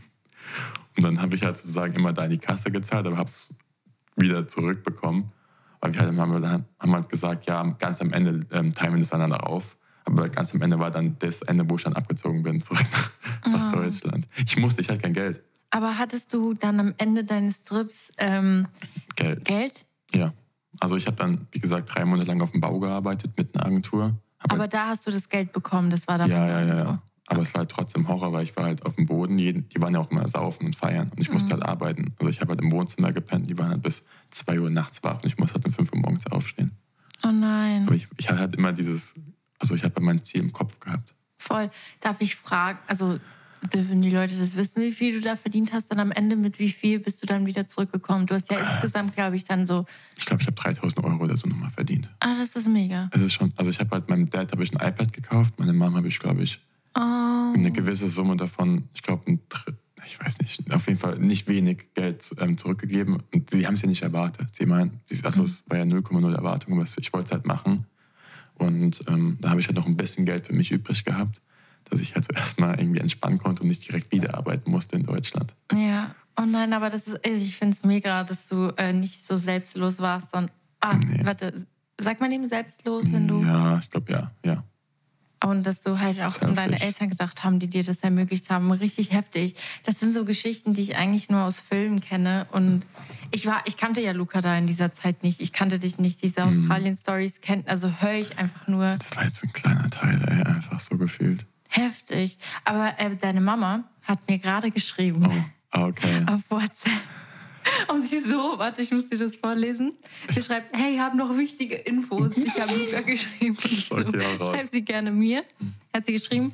Und dann habe ich halt sozusagen immer da in die Kasse gezahlt, aber habe es wieder zurückbekommen. Weil wir halt, haben, haben halt gesagt, ja, ganz am Ende ähm, teilen wir das einander auf. Aber ganz am Ende war dann das Ende, wo ich dann abgezogen bin, zurück nach, nach oh. Deutschland. Ich musste, ich hatte kein Geld. Aber hattest du dann am Ende deines Trips ähm, Geld? Geld? Ja. Also ich habe dann, wie gesagt, drei Monate lang auf dem Bau gearbeitet mit einer Agentur. Aber halt, da hast du das Geld bekommen, das war dann ja, ja, ja, ja. Aber es war halt trotzdem Horror, weil ich war halt auf dem Boden. Die, die waren ja auch immer saufen und feiern. Und ich musste mhm. halt arbeiten. Also ich habe halt im Wohnzimmer gepennt. Die waren halt bis zwei Uhr nachts wach. Und ich musste halt um fünf Uhr morgens aufstehen. Oh nein. Aber ich, ich hatte halt immer dieses... Also ich habe mein Ziel im Kopf gehabt. Voll. Darf ich fragen, also dürfen die Leute das wissen, wie viel du da verdient hast? Dann am Ende mit wie viel bist du dann wieder zurückgekommen? Du hast ja äh, insgesamt, glaube ich, dann so... Ich glaube, ich habe dreitausend Euro oder so nochmal verdient. Ah, das ist mega. Es ist schon... Also ich habe halt... Meinem Dad habe ich ein iPad gekauft. Meine Mom habe ich, glaube ich... Oh. Eine gewisse Summe davon, ich glaube, ein Drittel, ich weiß nicht, auf jeden Fall nicht wenig Geld ähm, zurückgegeben. Und sie haben es ja nicht erwartet. Sie meinen, also es war ja null Komma null Erwartung, aber ich wollte es halt machen. Und ähm, da habe ich halt noch ein bisschen Geld für mich übrig gehabt, dass ich halt so erstmal irgendwie entspannen konnte und nicht direkt wieder arbeiten musste in Deutschland. Ja. Oh nein, aber das ist, also ich finde es mega, dass du äh, nicht so selbstlos warst, sondern, ah, nee. warte, sagt man eben selbstlos, wenn du... Ja, ich glaube, ja, ja. Und dass du halt auch an deine Eltern gedacht haben, die dir das ermöglicht haben. Richtig heftig. Das sind so Geschichten, die ich eigentlich nur aus Filmen kenne. Und ich war, ich kannte ja Luca da in dieser Zeit nicht. Ich kannte dich nicht. Diese hm. Australien-Stories kennt, also höre ich einfach nur. Das war jetzt ein kleiner Teil, ey, einfach so gefühlt. Heftig. Aber äh, deine Mama hat mir gerade geschrieben. Oh, okay. Auf WhatsApp. Und sie so, warte, ich muss dir das vorlesen. Sie schreibt, hey, ich habe noch wichtige Infos. Ich habe Luca geschrieben. So, okay, schreib sie gerne mir. Hat sie geschrieben,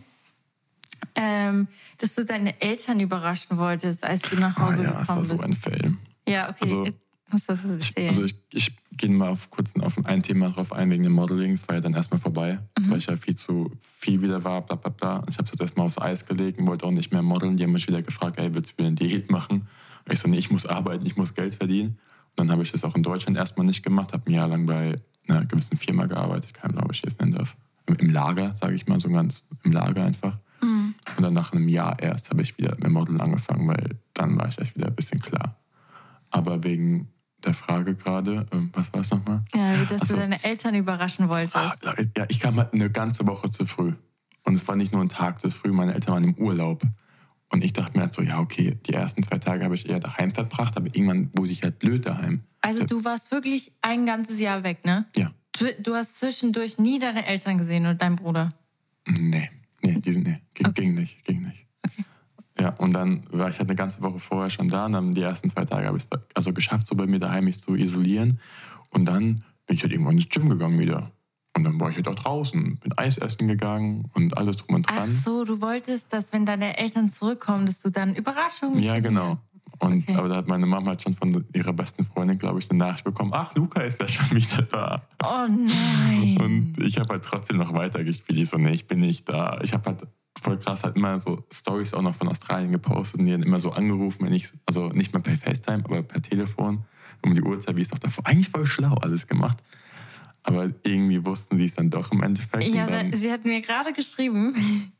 ähm, dass du deine Eltern überraschen wolltest, als du nach Hause ah, ja, gekommen bist. Ja, das war so ein Fail. Ja, okay, also, ich muss das erzählen. Also ich, ich gehe mal auf kurz auf ein Thema drauf ein, wegen dem Modeling. Es war ja dann erstmal vorbei, mhm. weil ich ja viel zu viel wieder war, bla bla bla. Ich habe es jetzt erstmal aufs Eis gelegt und wollte auch nicht mehr modeln. Die haben mich wieder gefragt, ey, willst du wieder eine Diät machen? Und ich so, nee, ich muss arbeiten, ich muss Geld verdienen. Und dann habe ich das auch in Deutschland erstmal nicht gemacht, habe ein Jahr lang bei einer gewissen Firma gearbeitet, keine Ahnung, ob ich das nennen darf. Im Lager, sage ich mal, so ganz im Lager einfach. Mhm. Und dann nach einem Jahr erst habe ich wieder mit Modeln angefangen, weil dann war ich erst wieder ein bisschen klar. Aber wegen der Frage gerade, was war es nochmal? Ja, dass Achso. du deine Eltern überraschen wolltest. Ah, ja, ich kam halt eine ganze Woche zu früh. Und es war nicht nur ein Tag zu früh, meine Eltern waren im Urlaub. Und ich dachte mir halt so, ja okay, die ersten zwei Tage habe ich eher daheim verbracht, aber irgendwann wurde ich halt blöd daheim. Also du warst wirklich ein ganzes Jahr weg, ne? Ja. Du, du hast zwischendurch nie deine Eltern gesehen oder deinen Bruder? Nee, nee, die sind, nee, ging, okay. ging nicht, ging nicht. Okay. Ja, und dann war ich halt eine ganze Woche vorher schon da und dann die ersten zwei Tage habe ich es also geschafft, so bei mir daheim mich zu isolieren. Und dann bin ich halt irgendwann ins Gym gegangen wieder. Und dann war ich halt auch draußen, bin Eis essen gegangen und alles drum und dran. Ach so, du wolltest, dass wenn deine Eltern zurückkommen, dass du dann Überraschungen... Ja, genau. Und, okay. Aber da hat meine Mama halt schon von ihrer besten Freundin, glaube ich, eine Nachricht bekommen, ach, Luca ist ja schon wieder da. Oh nein. Und ich habe halt trotzdem noch weitergespielt. Ich so, nee, ich bin nicht da. Ich habe halt voll krass halt immer so Storys auch noch von Australien gepostet und die dann immer so angerufen, wenn ich, also nicht mehr per FaceTime, aber per Telefon, um die Uhrzeit, wie es doch davor. Eigentlich voll schlau alles gemacht. Aber irgendwie wussten sie es dann doch im Endeffekt. Ja, und dann sie hat mir gerade geschrieben,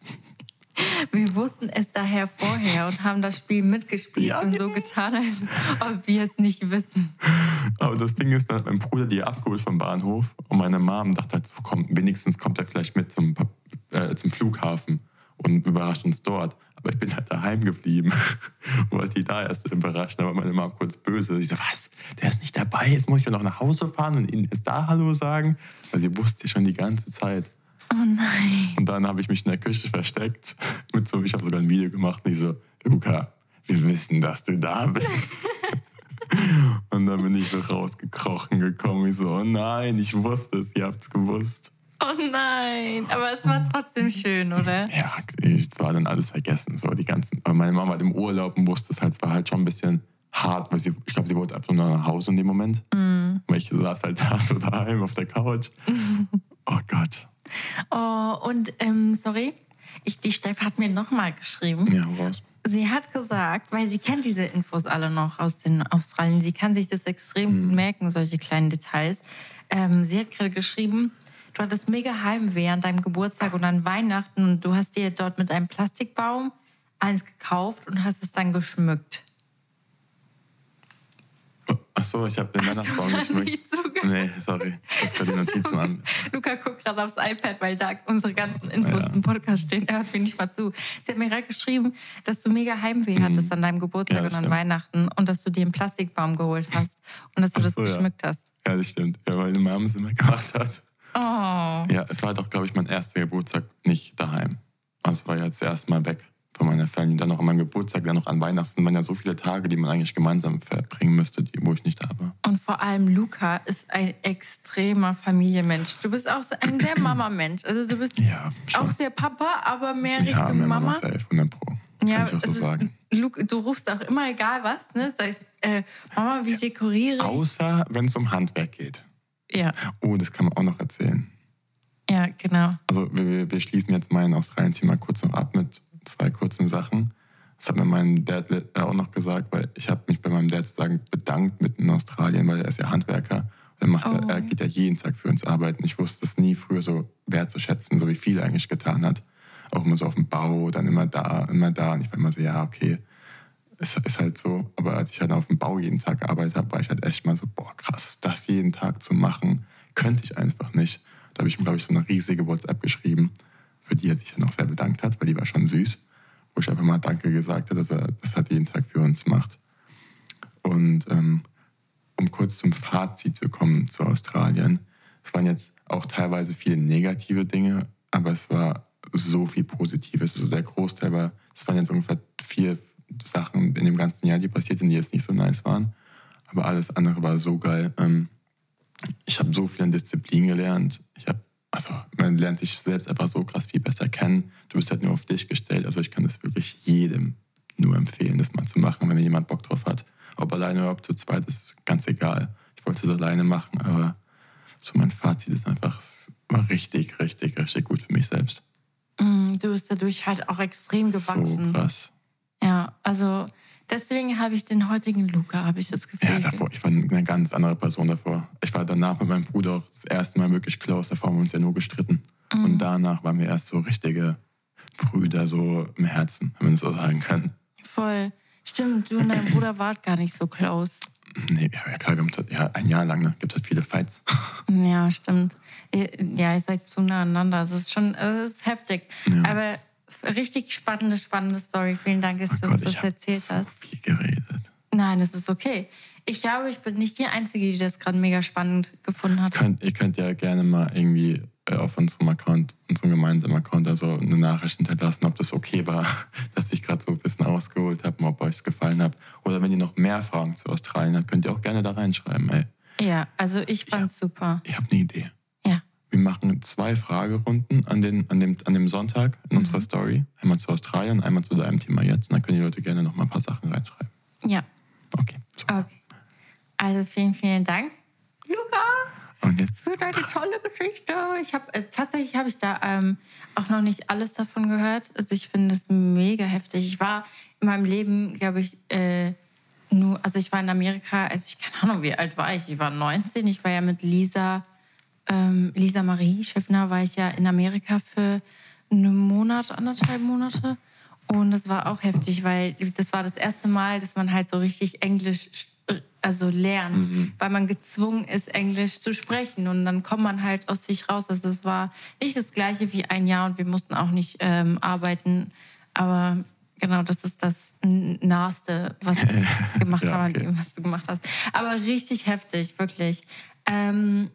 wir wussten es daher vorher und haben das Spiel mitgespielt ja, und so getan, als ob wir es nicht wissen. Aber das Ding ist, dann hat mein Bruder die abgeholt vom Bahnhof und meine Mom dachte halt so, komm, wenigstens kommt er vielleicht mit zum, äh, zum Flughafen und überrascht uns dort. Aber ich bin halt daheim geblieben und wollte die da erst überraschen. Aber meine Mom kurz böse. Sie so, was? Der ist nicht dabei? Jetzt muss ich ja noch nach Hause fahren und ihnen jetzt da Hallo sagen? Weil sie wusste schon die ganze Zeit. Oh nein. Und dann habe ich mich in der Küche versteckt. Mit so, ich habe sogar ein Video gemacht und ich so, Luca, wir wissen, dass du da bist. Und dann bin ich so rausgekrochen gekommen. Ich so, oh nein, ich wusste es, ihr habt es gewusst. Oh nein, aber es war trotzdem schön, oder? Ja, es war dann alles vergessen, so die ganzen. Aber meine Mama hat im Urlaub und wusste es halt, es war halt schon ein bisschen hart, weil sie, ich glaube, sie wollte einfach nur nach Hause in dem Moment. Mm. Weil ich saß halt da so daheim auf der Couch. Oh Gott. Oh, und ähm, sorry, ich, die Steff hat mir nochmal geschrieben. Ja, raus. Sie hat gesagt, weil sie kennt diese Infos alle noch aus den Australien, sie kann sich das extrem mm. merken, solche kleinen Details. Ähm, sie hat gerade geschrieben, du hattest mega Heimweh an deinem Geburtstag und an Weihnachten und du hast dir dort mit einem Plastikbaum eins gekauft und hast es dann geschmückt. Ach so, ich habe den Weihnachtsbaum geschmückt. Nee, sorry. Das kann die Notizen an. Luca guckt gerade aufs iPad, weil da unsere ganzen Infos ja. im Podcast stehen. Er hört mir nicht mal zu. Sie hat mir gerade geschrieben, dass du mega Heimweh mhm. hattest an deinem Geburtstag ja, und an stimmt. Weihnachten und dass du dir einen Plastikbaum geholt hast und dass du Ach das so, geschmückt ja. hast. Ja, das stimmt. Ja, weil die Mama es immer gemacht hat. Oh. Ja, es war doch, glaube ich, mein erster Geburtstag nicht daheim. Also es war ja jetzt erst mal weg von meiner Familie. Dann noch an meinem Geburtstag, dann noch an Weihnachten. Man ja so viele Tage, die man eigentlich gemeinsam verbringen müsste, die, wo ich nicht da war. Und vor allem Luca ist ein extremer Familienmensch. Du bist auch ein sehr Mama-Mensch. Also du bist ja, auch sehr Papa, aber mehr Richtung ja, mehr Mama. Ja, safe, hundert Pro. Kann ja, ich auch so also, sagen. Luke, du rufst auch immer egal was, ne? Das heißt, äh, Mama, wie dekoriere ich? Außer, wenn es um Handwerk geht. Ja. Oh, das kann man auch noch erzählen. Ja, genau. Also wir, wir schließen jetzt mein Australien-Thema kurz noch ab mit zwei kurzen Sachen. Das hat mir mein Dad auch noch gesagt, weil ich habe mich bei meinem Dad sozusagen bedankt mit in Australien, weil er ist ja Handwerker. Er, macht oh. er, er geht ja jeden Tag für uns arbeiten. Ich wusste es nie früher so wertzuschätzen, so wie viel er eigentlich getan hat. Auch immer so auf dem Bau, dann immer da, immer da. Und ich war immer so, ja, okay, ist, ist halt so. Aber als ich halt auf dem Bau jeden Tag gearbeitet habe, war ich halt echt mal so, boah, krass, das jeden Tag zu machen, könnte ich einfach nicht. Da habe ich ihm, glaube ich, so eine riesige WhatsApp geschrieben, für die er sich dann auch sehr bedankt hat, weil die war schon süß, wo ich einfach mal Danke gesagt habe, dass er das halt jeden Tag für uns macht. Und ähm, um kurz zum Fazit zu kommen zu Australien, es waren jetzt auch teilweise viele negative Dinge, aber es war so viel Positives. Also der Großteil war, es waren jetzt ungefähr vier Sachen in dem ganzen Jahr, die passiert sind, die jetzt nicht so nice waren. Aber alles andere war so geil. Ähm, ich habe so viel an Disziplin gelernt. Ich habe, also man lernt sich selbst einfach so krass viel besser kennen. Du bist halt nur auf dich gestellt. Also ich kann das wirklich jedem nur empfehlen, das mal zu machen, wenn jemand Bock drauf hat. Ob alleine oder ob zu zweit, ist ganz egal. Ich wollte es alleine machen, aber so mein Fazit ist einfach, es war richtig, richtig, richtig gut für mich selbst. Mm, du bist dadurch halt auch extrem gewachsen. So krass. Ja, also deswegen habe ich den heutigen Luca, habe ich das Gefühl. Ja, davor, ich war eine ganz andere Person davor. Ich war danach mit meinem Bruder auch das erste Mal wirklich close, davor haben wir uns ja nur gestritten. Mhm. Und danach waren wir erst so richtige Brüder, so im Herzen, wenn man das so sagen kann. Voll. Stimmt, du und dein Bruder wart gar nicht so close. Nee, ja klar, wir haben ja, ein Jahr lang, ne, gibt es halt viele Fights. Ja, stimmt. Ja, ihr seid zu nah aneinander. Es ist schon, es ist heftig. Ja. Aber richtig spannende, spannende Story. Vielen Dank, dass oh du Gott, uns das erzählt so hast. Viel geredet. Nein, es ist okay. Ich glaube, ich bin nicht die Einzige, die das gerade mega spannend gefunden hat. Könnt, ihr könnt ja gerne mal irgendwie auf unserem Account, unserem gemeinsamen Account, also eine Nachricht hinterlassen, ob das okay war, dass ich gerade so ein bisschen ausgeholt habe und ob euch es gefallen hat. Oder wenn ihr noch mehr Fragen zu Australien habt, könnt ihr auch gerne da reinschreiben. Ey. Ja, also ich fand's ich hab, super. Ich habe eine Idee. Ja. Wir machen zwei Fragerunden an, den, an, dem, an dem Sonntag in mhm. unserer Story. Einmal zu Australien, einmal zu deinem Thema jetzt. Und dann können die Leute gerne noch mal ein paar Sachen reinschreiben. Ja. Okay. Super. Okay. Also vielen, vielen Dank, Luca, und jetzt für deine tolle Geschichte. Ich habe äh, tatsächlich habe ich da ähm, auch noch nicht alles davon gehört. Also ich finde das mega heftig. Ich war in meinem Leben, glaube ich, äh, nur, also ich war in Amerika, als ich keine Ahnung, wie alt war ich. Ich war neunzehn. Ich war ja mit Lisa, ähm, Lisa Marie Schiffner, war ich ja in Amerika für einen Monat, anderthalb Monate. Und das war auch heftig, weil das war das erste Mal, dass man halt so richtig Englisch also lernt, mhm. weil man gezwungen ist, Englisch zu sprechen. Und dann kommt man halt aus sich raus. Also das war nicht das Gleiche wie ein Jahr und wir mussten auch nicht ähm, arbeiten. Aber genau, das ist das Naheste, was ich gemacht ja, habe, okay. an dem, was du gemacht hast. Aber richtig heftig, wirklich. Ähm,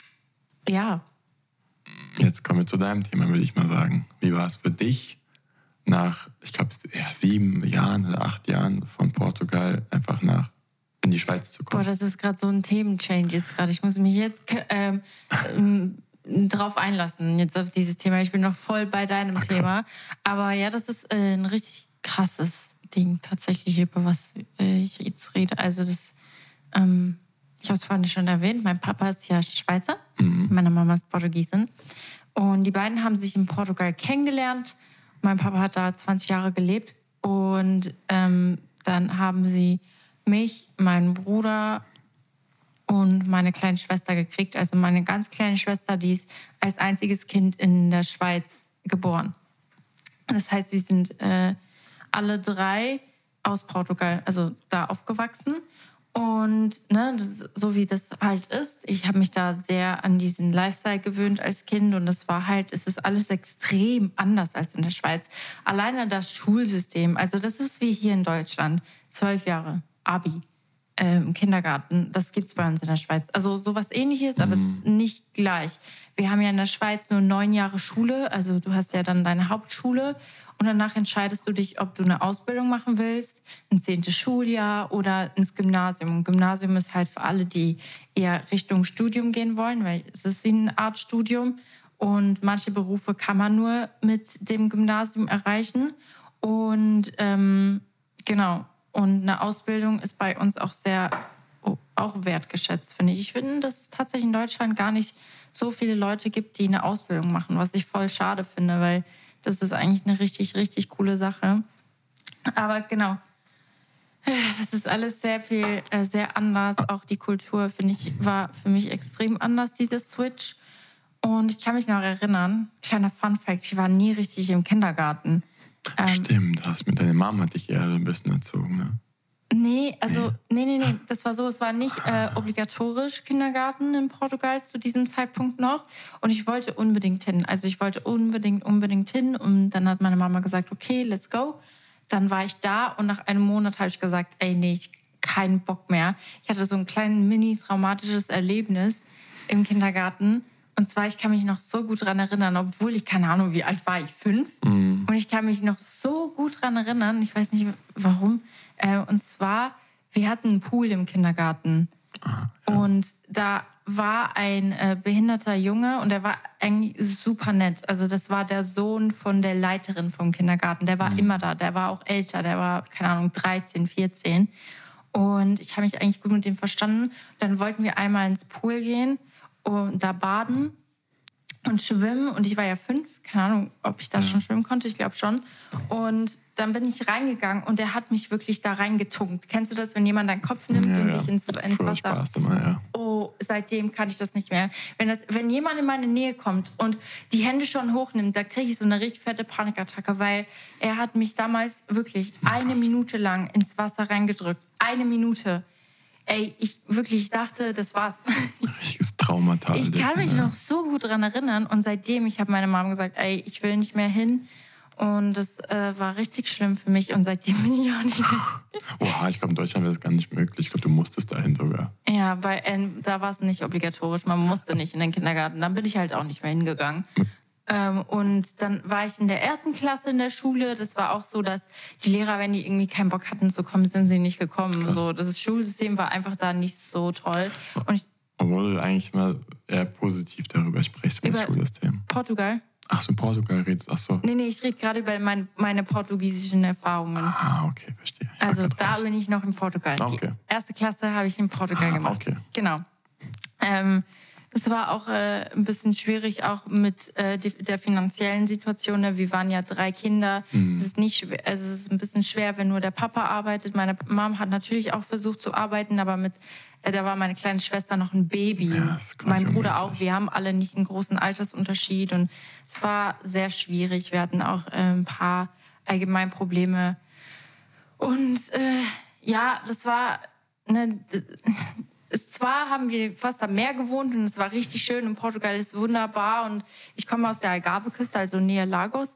ja. Jetzt kommen wir zu deinem Thema, würde ich mal sagen. Wie war es für dich, nach, ich glaube, ja, sieben Jahren oder acht Jahren von Portugal einfach nach in die Schweiz zu kommen? Boah, das ist gerade so ein Themenchange jetzt gerade. Ich muss mich jetzt ähm, ähm, drauf einlassen, jetzt auf dieses Thema. Ich bin noch voll bei deinem oh Thema. Gott. Aber ja, das ist äh, ein richtig krasses Ding tatsächlich, über was äh, ich jetzt rede. Also das, ähm, ich habe es vorhin schon erwähnt, mein Papa ist ja Schweizer, mhm. meine Mama ist Portugiesin. Und die beiden haben sich in Portugal kennengelernt. Mein Papa hat da zwanzig Jahre gelebt. Und ähm, dann haben sie mich, meinen Bruder und meine kleine Schwester gekriegt. Also meine ganz kleine Schwester, die ist als einziges Kind in der Schweiz geboren. Das heißt, wir sind äh, alle drei aus Portugal, also da aufgewachsen. Und ne, das ist so wie das halt ist. Ich habe mich da sehr an diesen Lifestyle gewöhnt als Kind und das war halt, es ist alles extrem anders als in der Schweiz. Alleine das Schulsystem, also das ist wie hier in Deutschland, zwölf Jahre. Abi äh, im Kindergarten, das gibt es bei uns in der Schweiz. Also sowas Ähnliches, aber mm. nicht gleich. Wir haben ja in der Schweiz nur neun Jahre Schule, also du hast ja dann deine Hauptschule und danach entscheidest du dich, ob du eine Ausbildung machen willst, ein zehntes Schuljahr oder ins Gymnasium. Und Gymnasium ist halt für alle, die eher Richtung Studium gehen wollen, weil es ist wie eine Art Studium und manche Berufe kann man nur mit dem Gymnasium erreichen. Und ähm, genau, und eine Ausbildung ist bei uns auch sehr oh, auch wertgeschätzt, finde ich. Ich finde, dass es tatsächlich in Deutschland gar nicht so viele Leute gibt, die eine Ausbildung machen, was ich voll schade finde, weil das ist eigentlich eine richtig, richtig coole Sache. Aber genau, das ist alles sehr viel, sehr anders. Auch die Kultur, finde ich, war für mich extrem anders, dieses Switch. Und ich kann mich noch erinnern, kleiner Funfact, ich war nie richtig im Kindergarten. Ähm, Stimmt, das mit deiner Mom hat dich eher so ein bisschen erzogen, ne? Nee, also, nee, nee, nee, das war so, es war nicht äh, obligatorisch Kindergarten in Portugal zu diesem Zeitpunkt noch. Und ich wollte unbedingt hin. Also ich wollte unbedingt, unbedingt hin. Und dann hat meine Mama gesagt, okay, let's go. Dann war ich da und nach einem Monat habe ich gesagt, ey, nee, ich keinen Bock mehr. Ich hatte so ein kleines mini-traumatisches Erlebnis im Kindergarten. Und zwar, ich kann mich noch so gut daran erinnern, obwohl ich, keine Ahnung, wie alt war ich? Fünf? Mhm. Und ich kann mich noch so gut daran erinnern, ich weiß nicht warum. Äh, und zwar, wir hatten einen Pool im Kindergarten. Ah, ja. Und da war ein äh, behinderter Junge und der war eigentlich super nett. Also das war der Sohn von der Leiterin vom Kindergarten. Der war Mhm. immer da, der war auch älter, der war, keine Ahnung, dreizehn, vierzehn. Und ich habe mich eigentlich gut mit dem verstanden. Dann wollten wir einmal ins Pool gehen und da baden und schwimmen. Und ich war ja fünf, keine Ahnung, ob ich da Ja. schon schwimmen konnte, ich glaube schon. Und dann bin ich reingegangen und der hat mich wirklich da reingetunkt. Kennst du das, wenn jemand deinen Kopf nimmt Ja, und ja. dich ins, ins Voll Wasser... Spaß immer, ja. Oh, seitdem kann ich das nicht mehr. Wenn, das, wenn jemand in meine Nähe kommt und die Hände schon hochnimmt, da kriege ich so eine richtig fette Panikattacke, weil er hat mich damals wirklich eine Minute lang ins Wasser reingedrückt. Eine Minute. Ey, ich wirklich, ich dachte, das war's. Richtiges Traumata. Ich kann mich ja. noch so gut daran erinnern. Und seitdem, ich habe meiner Mom gesagt, ey, ich will nicht mehr hin. Und das äh, war richtig schlimm für mich. Und seitdem bin ich auch nicht mehr. Oha, ich glaube, in Deutschland wäre das gar nicht möglich. Ich glaube, du musstest dahin sogar. Ja, weil ähm, da war es nicht obligatorisch. Man musste nicht in den Kindergarten. Dann bin ich halt auch nicht mehr hingegangen. Ähm, und dann war ich in der ersten Klasse in der Schule. Das war auch so, dass die Lehrer, wenn die irgendwie keinen Bock hatten zu kommen, sind sie nicht gekommen. Krass. So, das Schulsystem war einfach da nicht so toll. Und ich, Obwohl du eigentlich mal eher positiv darüber sprichst, über das Über- Schulsystem. Portugal? Ach so, in Portugal redest Ach so. Nee, nee, ich rede gerade über mein, meine portugiesischen Erfahrungen. Ah, okay, verstehe. Ich war Also grad da raus. bin ich noch in Portugal. Okay. Die erste Klasse habe ich in Portugal Ah, gemacht. okay. Genau. Ähm, es war auch äh, ein bisschen schwierig, auch mit äh, die, der finanziellen Situation. Ne? Wir waren ja drei Kinder. Mhm. Es ist nicht, schwer- also es ist ein bisschen schwer, wenn nur der Papa arbeitet. Meine Mom hat natürlich auch versucht zu arbeiten, aber mit äh, da war meine kleine Schwester noch ein Baby. Ja, das ist quasi mein Bruder unmöglich. auch. Wir haben alle nicht einen großen Altersunterschied und es war sehr schwierig. Wir hatten auch äh, ein paar Allgemeinprobleme. Und äh, ja, das war... Ne, d- es, zwar haben wir fast am Meer gewohnt und es war richtig schön und Portugal ist wunderbar und ich komme aus der Algarve-Küste, also nähe Lagos.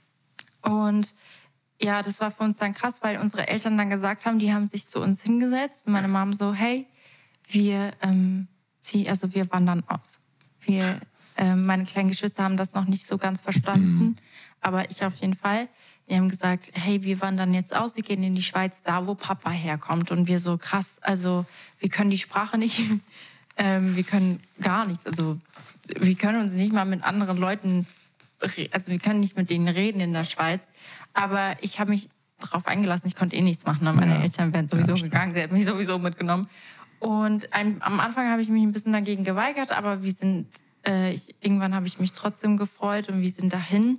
Und ja, das war für uns dann krass, weil unsere Eltern dann gesagt haben, die haben sich zu uns hingesetzt und meine Mom so, hey, wir, ähm, sie, also wir wandern aus. Wir, ähm, meine kleinen Geschwister haben das noch nicht so ganz verstanden, Mhm. aber ich auf jeden Fall. Die haben gesagt, hey, wir wandern jetzt aus, wir gehen in die Schweiz, da wo Papa herkommt. Und wir so, krass, also wir können die Sprache nicht, ähm, wir können gar nichts. Also wir können uns nicht mal mit anderen Leuten, re- also wir können nicht mit denen reden in der Schweiz. Aber ich habe mich darauf eingelassen, ich konnte eh nichts machen. Meine Ja. Eltern wären sowieso Ja, stimmt. gegangen, sie hätten mich sowieso mitgenommen. Und ein, am Anfang habe ich mich ein bisschen dagegen geweigert, aber wir sind, äh, ich, irgendwann habe ich mich trotzdem gefreut und wir sind dahin.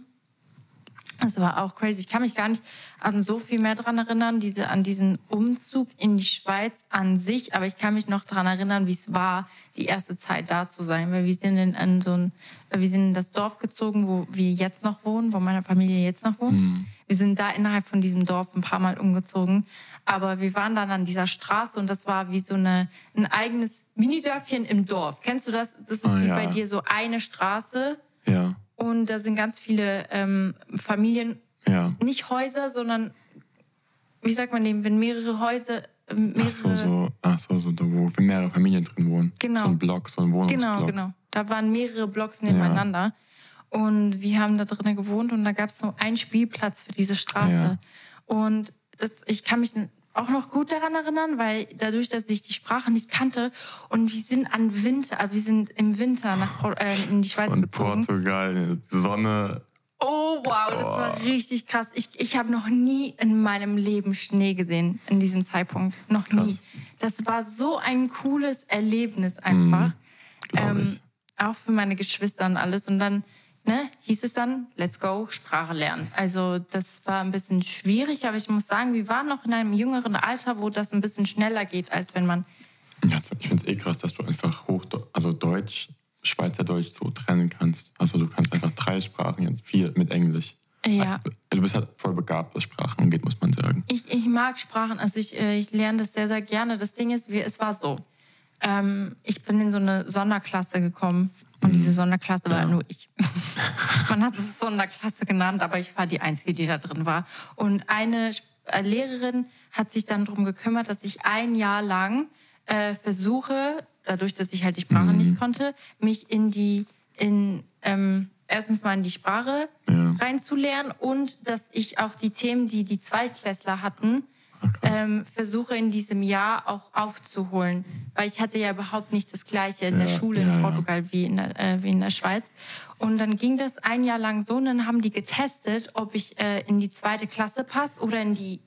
Das war auch crazy. Ich kann mich gar nicht an so viel mehr dran erinnern, diese, an diesen Umzug in die Schweiz an sich. Aber ich kann mich noch dran erinnern, wie es war, die erste Zeit da zu sein. Weil wir sind in, in so ein, wir sind in das Dorf gezogen, wo wir jetzt noch wohnen, wo meine Familie jetzt noch wohnt. Mhm. Wir sind da innerhalb von diesem Dorf ein paar Mal umgezogen. Aber wir waren dann an dieser Straße und das war wie so eine, ein eigenes Minidörfchen im Dorf. Kennst du das? Das ist Ah, wie ja. bei dir so eine Straße. Ja, Und da sind ganz viele ähm, Familien, ja. nicht Häuser, sondern, wie sagt man dem, wenn mehrere Häuser, äh, mehrere... Ach so, so, ach so, so, da wo mehrere Familien drin wohnen. Genau. So ein Block, so ein Wohnungsblock. Genau, genau. Da waren mehrere Blocks nebeneinander. Und wir haben da drinnen gewohnt und da gab es so einen Spielplatz für diese Straße. Ja. Und das, ich kann mich auch noch gut daran erinnern, weil dadurch, dass ich die Sprache nicht kannte und wir sind an Winter, wir sind im Winter nach, Por- äh, in die Schweiz Von gezogen. Portugal, Sonne. Oh, wow, das war richtig krass. Ich, ich habe noch nie in meinem Leben Schnee gesehen in diesem Zeitpunkt. Noch nie. Krass. Das war so ein cooles Erlebnis einfach. glaub ähm, ich. auch für meine Geschwister und alles. Und dann ne, hieß es dann, let's go, Sprache lernen. Also das war ein bisschen schwierig, aber ich muss sagen, wir waren noch in einem jüngeren Alter, wo das ein bisschen schneller geht, als wenn man... Ja, ich finde es eh krass, dass du einfach hoch, also Deutsch, Schweizerdeutsch so trennen kannst. Also du kannst einfach drei Sprachen, jetzt vier mit Englisch. Ja. Du bist halt voll begabt, was Sprachen angeht, muss man sagen. Ich, ich mag Sprachen, also ich, ich lerne das sehr, sehr gerne. Das Ding ist, es war so, ähm, ich bin in so eine Sonderklasse gekommen und mhm. diese Sonderklasse war ja. nur ich. Man hat es Sonderklasse genannt, aber ich war die Einzige, die da drin war. Und eine Lehrerin hat sich dann darum gekümmert, dass ich ein Jahr lang äh, versuche, dadurch, dass ich halt die Sprache mhm. nicht konnte, mich in die, in, ähm, erstens mal in die Sprache ja. reinzulernen und dass ich auch die Themen, die die Zweitklässler hatten, ähm, versuche in diesem Jahr auch aufzuholen. Weil ich hatte ja überhaupt nicht das Gleiche in ja, der Schule ja, in Portugal ja. wie, in der, äh, wie in der Schweiz. Und dann ging das ein Jahr lang so und dann haben die getestet, ob ich äh, in die zweite Klasse passe oder in die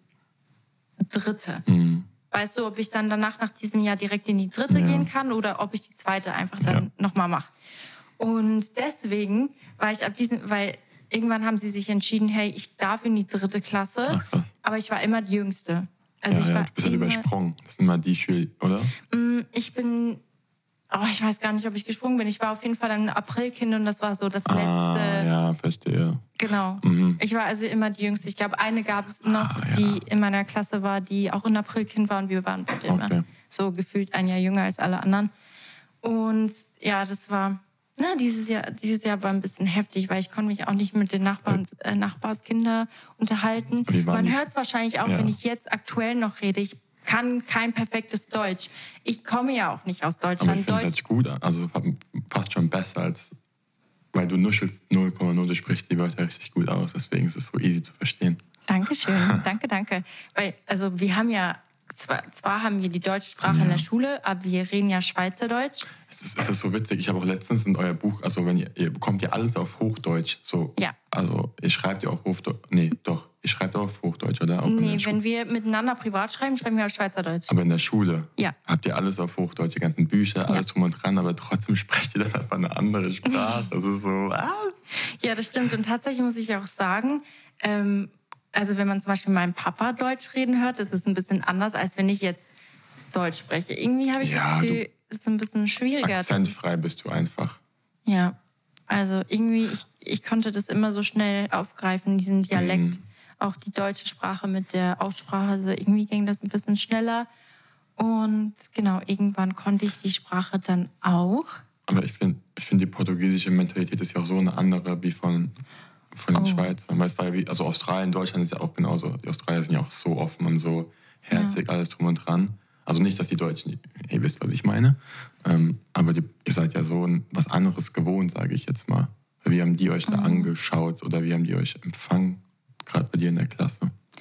dritte. Mhm. Weißt du, ob ich dann danach nach diesem Jahr direkt in die dritte ja. gehen kann oder ob ich die zweite einfach dann ja. nochmal mache. Und deswegen war ich ab diesem, weil irgendwann haben sie sich entschieden, hey, ich darf in die dritte Klasse, Ach, aber ich war immer die Jüngste. Also ja, ich ja, war du bist halt übersprungen. Das sind immer die Schüler, oder? Ich bin, oh, ich weiß gar nicht, ob ich gesprungen bin. Ich war auf jeden Fall ein Aprilkind und das war so das ah, letzte. Ja, verstehe. Genau. Mhm. Ich war also immer die Jüngste. Ich glaube, eine gab es noch, ah, ja. die in meiner Klasse war, die auch ein Aprilkind war und wir waren beide immer okay. so gefühlt ein Jahr jünger als alle anderen. Und ja, das war... Na, dieses Jahr, dieses Jahr war ein bisschen heftig, weil ich konnte mich auch nicht mit den Nachbarn, äh, Nachbarskinder unterhalten. Man hört es wahrscheinlich auch, ja. wenn ich jetzt aktuell noch rede. Ich kann kein perfektes Deutsch. Ich komme ja auch nicht aus Deutschland. Aber ich finde es halt gut, also fast schon besser als, weil du nuschelst null Komma null, du sprichst die Wörter richtig gut aus. Deswegen ist es so easy zu verstehen. Dankeschön, danke, danke. Weil, also wir haben ja Zwar, zwar haben wir die deutsche Sprache ja. in der Schule, aber wir reden ja Schweizerdeutsch. Es ist, es ist so witzig. Ich habe auch letztens in euer Buch, also wenn ihr, ihr bekommt ja alles auf Hochdeutsch. So, ja. Also ihr schreibt ja auch Hochdeutsch. Nee, doch. Ihr schreibt auch auf Hochdeutsch, oder? Auch nee, wenn wir miteinander privat schreiben, schreiben wir auf Schweizerdeutsch. Aber in der Schule ja. habt ihr alles auf Hochdeutsch, die ganzen Bücher, alles ja. drum und dran, aber trotzdem sprecht ihr dann einfach eine andere Sprache. Das ist so... Ah. Ja, das stimmt. Und tatsächlich muss ich auch sagen... Ähm, Also wenn man zum Beispiel meinen Papa Deutsch reden hört, das ist ein bisschen anders, als wenn ich jetzt Deutsch spreche. Irgendwie habe ich ja, das Gefühl, es ist ein bisschen schwieriger. Akzentfrei bist du einfach. Ja, also irgendwie, ich, ich konnte das immer so schnell aufgreifen, diesen Dialekt. Mhm. Auch die deutsche Sprache mit der Aussprache, also irgendwie ging das ein bisschen schneller. Und genau, irgendwann konnte ich die Sprache dann auch. Aber ich finde, ich find, die portugiesische Mentalität ist ja auch so eine andere wie von... von den oh. Schweizern. Weil es war ja wie, also Australien, Deutschland ist ja auch genauso. Die Australier sind ja auch so offen und so herzig, ja. alles drum und dran. Also nicht, dass die Deutschen, ihr wisst, was ich meine, ähm, aber die, ihr seid ja so ein, was anderes gewohnt, sage ich jetzt mal. Wie haben die euch da mhm. angeschaut oder wie haben die euch empfangen, gerade bei dir in der Klasse?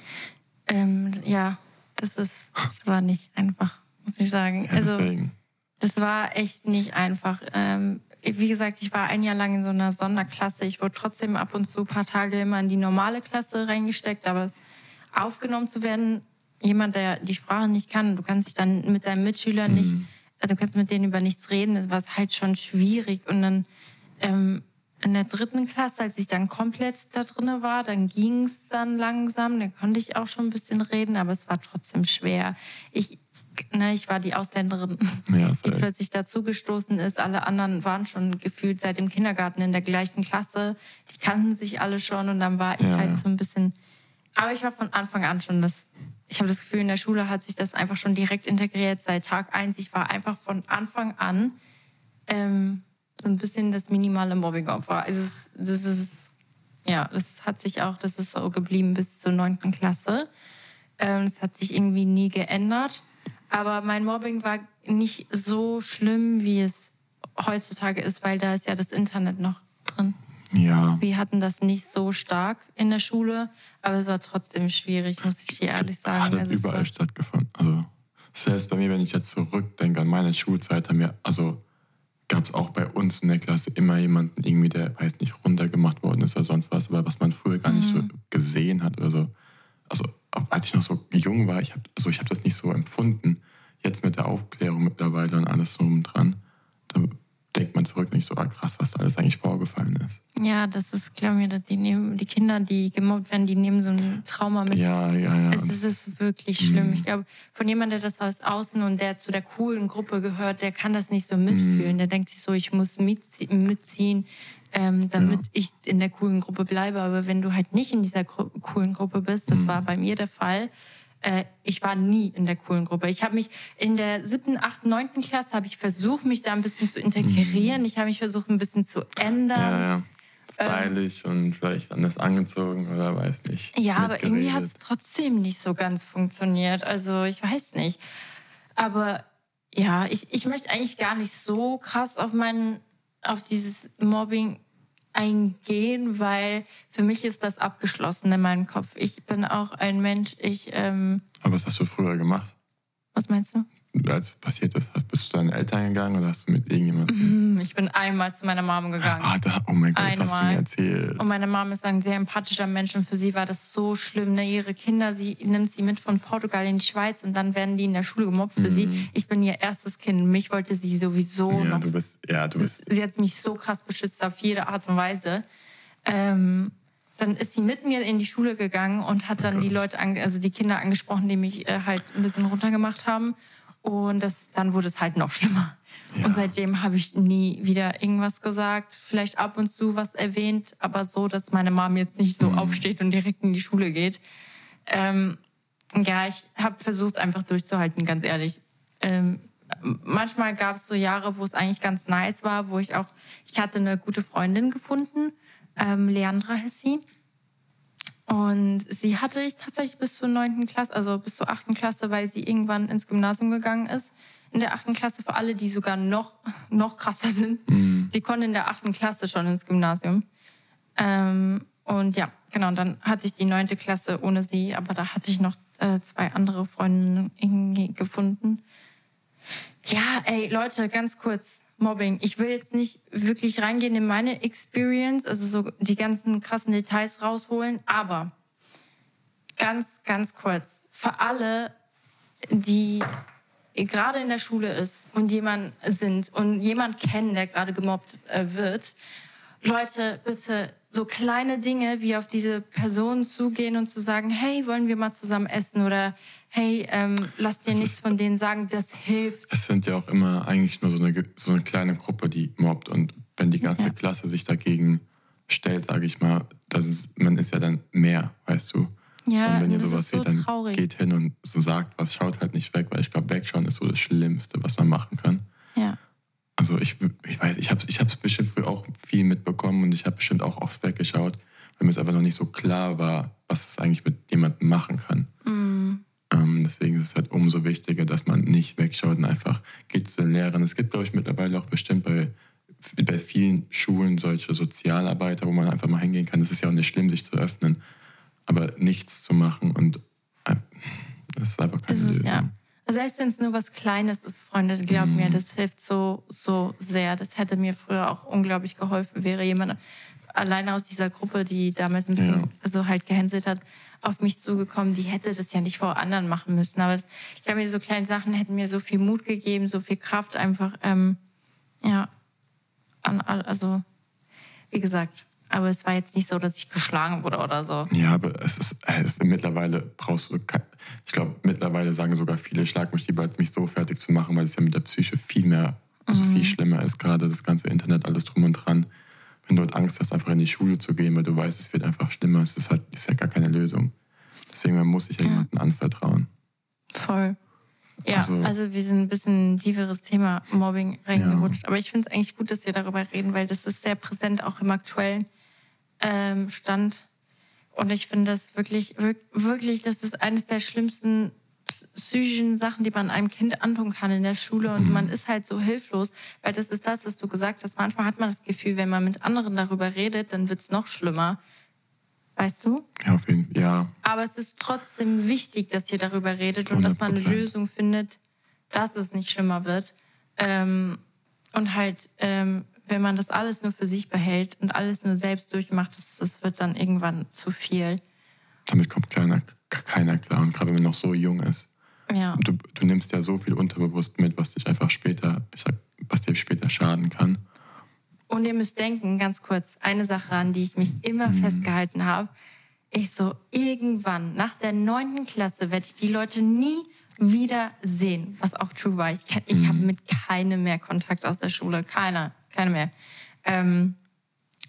Ähm, ja, das, ist, das war nicht einfach, muss ich sagen. Ja, also deswegen. Das war echt nicht einfach. Ähm, Wie gesagt, ich war ein Jahr lang in so einer Sonderklasse. Ich wurde trotzdem ab und zu ein paar Tage immer in die normale Klasse reingesteckt, aber es aufgenommen zu werden, jemand, der die Sprache nicht kann, du kannst dich dann mit deinen Mitschülern nicht, mhm. du kannst mit denen über nichts reden, das war halt schon schwierig. Und dann ähm, in der dritten Klasse, als ich dann komplett da drin war, dann ging es dann langsam, dann konnte ich auch schon ein bisschen reden, aber es war trotzdem schwer. Ich Ne, ich war die Ausländerin, ja, die plötzlich dazugestoßen ist. Alle anderen waren schon gefühlt seit dem Kindergarten in der gleichen Klasse. Die kannten sich alle schon und dann war ich ja, halt so ein bisschen... Aber ich war von Anfang an schon das... Ich habe das Gefühl, in der Schule hat sich das einfach schon direkt integriert seit Tag eins. Ich war einfach von Anfang an ähm, so ein bisschen das minimale Mobbing-Opfer. Also das ist... Ja, das hat sich auch... Das ist so geblieben bis zur neunten Klasse. Ähm, das hat sich irgendwie nie geändert. Aber mein Mobbing war nicht so schlimm, wie es heutzutage ist, weil da ist ja das Internet noch drin. Ja. Wir hatten das nicht so stark in der Schule, aber es war trotzdem schwierig, muss ich dir ehrlich sagen. Hat also überall stattgefunden. Also selbst bei mir, wenn ich jetzt zurückdenke an meine Schulzeit, haben wir, also gab es auch bei uns in der Klasse immer jemanden, irgendwie, der, weiß nicht, runtergemacht worden ist oder sonst was, aber was man früher gar nicht mhm. so gesehen hat oder so. Also als ich noch so jung war, ich habe also ich hab das nicht so empfunden. Jetzt mit der Aufklärung mittlerweile und alles so dran, da denkt man zurück nicht so, ah, krass, was da alles eigentlich vorgefallen ist. Ja, das ist, glaube ich, die, nehmen, die Kinder, die gemobbt werden, die nehmen so ein Trauma mit. Ja, ja, ja. Es, es ist wirklich schlimm. Mm. Ich glaube, von jemandem, der das aus außen und der zu der coolen Gruppe gehört, der kann das nicht so mitfühlen. Mm. Der denkt sich so, ich muss mitzie- mitziehen. ähm, damit Ja. ich in der coolen Gruppe bleibe. Aber wenn du halt nicht in dieser Gru- coolen Gruppe bist, das Mhm. war bei mir der Fall, äh, ich war nie in der coolen Gruppe. Ich habe mich in der siebten, achten, neunten Klasse, habe ich versucht, mich da ein bisschen zu integrieren. Ich habe mich versucht, ein bisschen zu ändern. Ja, ja. Stylisch ähm, und vielleicht anders angezogen oder weiß nicht. Ja, aber irgendwie hat es mitgeredet. trotzdem nicht so ganz funktioniert. Also ich weiß nicht. Aber ja, ich, ich möchte eigentlich gar nicht so krass auf meinen, auf dieses Mobbing eingehen, weil für mich ist das abgeschlossen in meinem Kopf. Ich bin auch ein Mensch, ich, ähm, Aber was hast du früher gemacht? was meinst du? Als es passiert ist, hast- bist du zu deinen Eltern gegangen oder hast du mit irgendjemandem? Hm, Ich bin einmal zu meiner Mom gegangen. Ah, da, oh mein Gott, das hast du Einmal. mir erzählt. Und meine Mom ist ein sehr empathischer Mensch und für sie war das so schlimm. Ne? Ihre Kinder, sie nimmt sie mit von Portugal in die Schweiz und dann werden die in der Schule gemobbt für sie. Ich bin ihr erstes Kind. Mich wollte sie sowieso ja, noch. du bist, ja, du bist, Sie hat mich so krass beschützt auf jede Art und Weise. Ähm, dann ist sie mit mir in die Schule gegangen und hat dann Oh die Gott. Leute, ange also die Kinder angesprochen, die mich äh, halt ein bisschen runtergemacht haben. Und das, dann wurde es halt noch schlimmer. Ja. Und seitdem habe ich nie wieder irgendwas gesagt. Vielleicht ab und zu was erwähnt, aber so, dass meine Mom jetzt nicht so Mhm. aufsteht und direkt in die Schule geht. Ähm, ja, ich habe versucht, einfach durchzuhalten, ganz ehrlich. Ähm, manchmal gab es so Jahre, wo es eigentlich ganz nice war, wo ich auch, ich hatte eine gute Freundin gefunden, ähm, Leandra hieß sie. Und sie hatte ich tatsächlich bis zur neunten Klasse, also bis zur achten Klasse, weil sie irgendwann ins Gymnasium gegangen ist. In der achten Klasse, für alle, die sogar noch, noch krasser sind, Mhm. die konnten in der achten Klasse schon ins Gymnasium. Ähm, und ja, genau, und dann hatte ich die neunte Klasse ohne sie, aber da hatte ich noch äh, zwei andere Freundinnen irgendwie gefunden. Ja, ey, Leute, ganz kurz, Mobbing. Ich will jetzt nicht wirklich reingehen in meine Experience, also so die ganzen krassen Details rausholen, aber ganz, ganz kurz, für alle, die gerade in der Schule ist und jemand sind und jemand kennen, der gerade gemobbt äh, wird, Leute, bitte so kleine Dinge wie auf diese Person zugehen und zu sagen, hey, wollen wir mal zusammen essen oder hey, ähm, lass dir Das nichts ist- von denen sagen, das hilft. Es sind ja auch immer eigentlich nur so eine, so eine kleine Gruppe, die mobbt. Und wenn die ganze Ja. Klasse sich dagegen stellt, sage ich mal, das ist, man ist ja dann mehr, weißt du. Ja, und wenn ihr das sowas ist so seht, dann traurig. geht hin und so sagt was, schaut halt nicht weg, weil ich glaube, wegschauen ist so das Schlimmste, was man machen kann. Ja. Also ich, ich weiß, ich habe es ich hab's bestimmt früher auch viel mitbekommen und ich habe bestimmt auch oft weggeschaut, weil mir es einfach noch nicht so klar war, was es eigentlich mit jemandem machen kann. Mm. Ähm, deswegen ist es halt umso wichtiger, dass man nicht wegschaut und einfach geht zu den Lehrern. Es gibt, glaube ich, mittlerweile auch bestimmt bei, bei vielen Schulen solche Sozialarbeiter, wo man einfach mal hingehen kann. Es ist ja auch nicht schlimm, sich zu öffnen, aber nichts zu machen und äh, das ist einfach keine Das ist, Lösung. ja. Selbst wenn es nur was Kleines ist, Freunde, glaubt Mhm. mir, das hilft so, so sehr. Das hätte mir früher auch unglaublich geholfen, wäre jemand alleine aus dieser Gruppe, die damals ein bisschen Ja. also halt gehänselt hat, auf mich zugekommen. Die hätte das ja nicht vor anderen machen müssen. Aber das, ich glaube, mir so kleine Sachen hätten mir so viel Mut gegeben, so viel Kraft einfach, ähm, ja, an all, also, wie gesagt. Aber es war jetzt nicht so, dass ich geschlagen wurde oder so. Ja, aber es ist, es ist mittlerweile brauchst du, kein, ich glaube, mittlerweile sagen sogar viele, schlag mich lieber, als mich so fertig zu machen, weil es ja mit der Psyche viel mehr, also Mhm. viel schlimmer ist, gerade das ganze Internet, alles drum und dran. Wenn du halt Angst hast, einfach in die Schule zu gehen, weil du weißt, es wird einfach schlimmer, es ist halt, ist ja gar keine Lösung. Deswegen, man muss sich ja Ja. jemandem anvertrauen. Voll. Ja, Also- also, wir sind ein bisschen ein tieferes Thema Mobbing reingerutscht. Aber ich finde es eigentlich gut, dass wir darüber reden, weil das ist sehr präsent auch im aktuellen ähm, Stand. Und ich finde das wirklich, wirk- wirklich, das ist eines der schlimmsten psychischen Sachen, die man einem Kind antun kann in der Schule. Und man ist halt so hilflos, weil das ist das, was du gesagt hast. Manchmal hat man das Gefühl, wenn man mit anderen darüber redet, dann wird es noch schlimmer. Weißt du? Ja, auf jeden Fall, ja. Aber es ist trotzdem wichtig, dass ihr darüber redet und dass man eine hundert Prozent. Lösung findet, dass es nicht schlimmer wird. Ähm, und halt, ähm, wenn man das alles nur für sich behält und alles nur selbst durchmacht, das, das wird dann irgendwann zu viel. Damit kommt keiner, keiner klar. Und gerade wenn man noch so jung ist. Ja, Du, du nimmst ja so viel unterbewusst mit, was dich einfach später, ich sag, was dir später schaden kann. und ihr müsst denken, ganz kurz, eine Sache, an die ich mich immer festgehalten habe. Ich so, irgendwann, nach der neunten Klasse, werde ich die Leute nie wieder sehen, was auch true war. Ich, kenn- ich habe mit keinem mehr Kontakt aus der Schule, keiner, keine mehr. Ähm,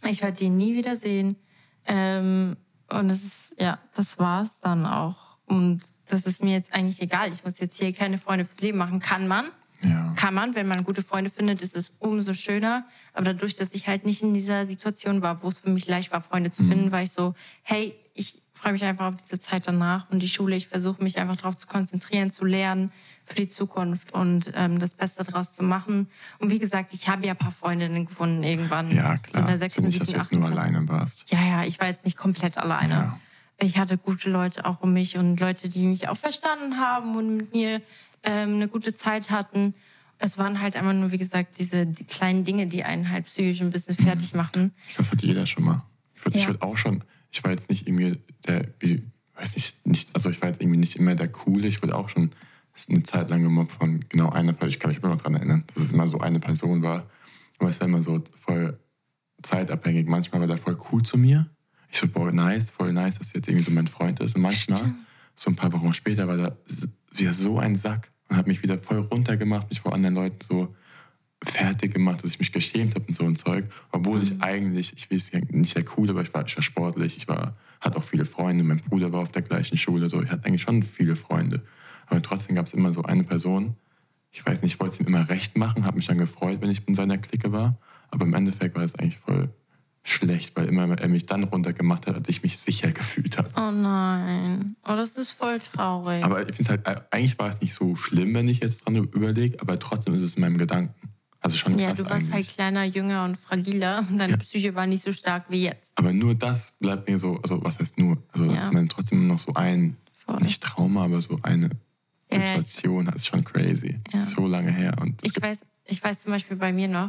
Ich werde die nie wieder sehen. Ähm, und es ist, ja, das war's dann auch. Und das ist mir jetzt eigentlich egal. Ich muss jetzt hier keine Freunde fürs Leben machen. Kann man. Ja. Kann man. Wenn man gute Freunde findet, ist es umso schöner. Aber dadurch, dass ich halt nicht in dieser Situation war, wo es für mich leicht war, Freunde zu finden, mhm. war ich so, hey, ich freue mich einfach auf diese Zeit danach und die Schule. Ich versuche mich einfach darauf zu konzentrieren, zu lernen für die Zukunft und ähm, das Beste daraus zu machen. Und wie gesagt, ich habe ja ein paar Freundinnen gefunden irgendwann. Ja, klar. So in der sechsten, nicht, dass du jetzt nur alleine warst. Ja, ja, ich war jetzt nicht komplett alleine. Ja. Ich hatte gute Leute auch um mich und Leute, die mich auch verstanden haben und mit mir ähm, eine gute Zeit hatten. Es waren halt einfach nur, wie gesagt, diese die kleinen Dinge, die einen halt psychisch ein bisschen fertig machen. Ich glaube, das hat jeder schon mal. Ich würde Ja. würd auch schon, ich war jetzt nicht irgendwie der, wie, weiß nicht, nicht, also ich war jetzt irgendwie nicht immer der Coole. Ich wurde auch schon eine Zeit lang gemobbt von genau einer Person. Ich kann mich immer noch daran erinnern, dass es immer so eine Person war. Aber es war immer so voll zeitabhängig. Manchmal war der voll cool zu mir. Ich so, boah, nice, voll nice, dass jetzt irgendwie so mein Freund ist. Und manchmal, Stimmt. so ein paar Wochen später, war da wieder so ein Sack und hat mich wieder voll runtergemacht, mich vor anderen Leuten so fertig gemacht, dass ich mich geschämt habe und so ein Zeug. Obwohl mhm. ich eigentlich, ich weiß nicht der Coole, aber ich war, ich war sportlich, ich war, hatte auch viele Freunde, mein Bruder war auf der gleichen Schule, so. Ich hatte eigentlich schon viele Freunde. Aber trotzdem gab es immer so eine Person, ich weiß nicht, ich wollte es ihm immer recht machen, habe mich dann gefreut, wenn ich in seiner Clique war. Aber im Endeffekt war es eigentlich voll schlecht, weil immer er mich dann runtergemacht hat, als ich mich sicher gefühlt habe. Oh nein. Oh, das ist voll traurig. Aber ich finde halt, eigentlich war es nicht so schlimm, wenn ich jetzt dran überlege, aber trotzdem ist es in meinem Gedanken. Also schon krass. Ja, du warst eigentlich. halt kleiner, jünger und fragiler und deine ja. Psyche war nicht so stark wie jetzt. Aber nur das bleibt mir so, also was heißt nur? Also das ja. ist dann trotzdem noch so ein, voll. Nicht Trauma, aber so eine Situation, ja, das ist schon crazy. Ja. So lange her. Und ich, weiß, ich weiß zum Beispiel bei mir noch,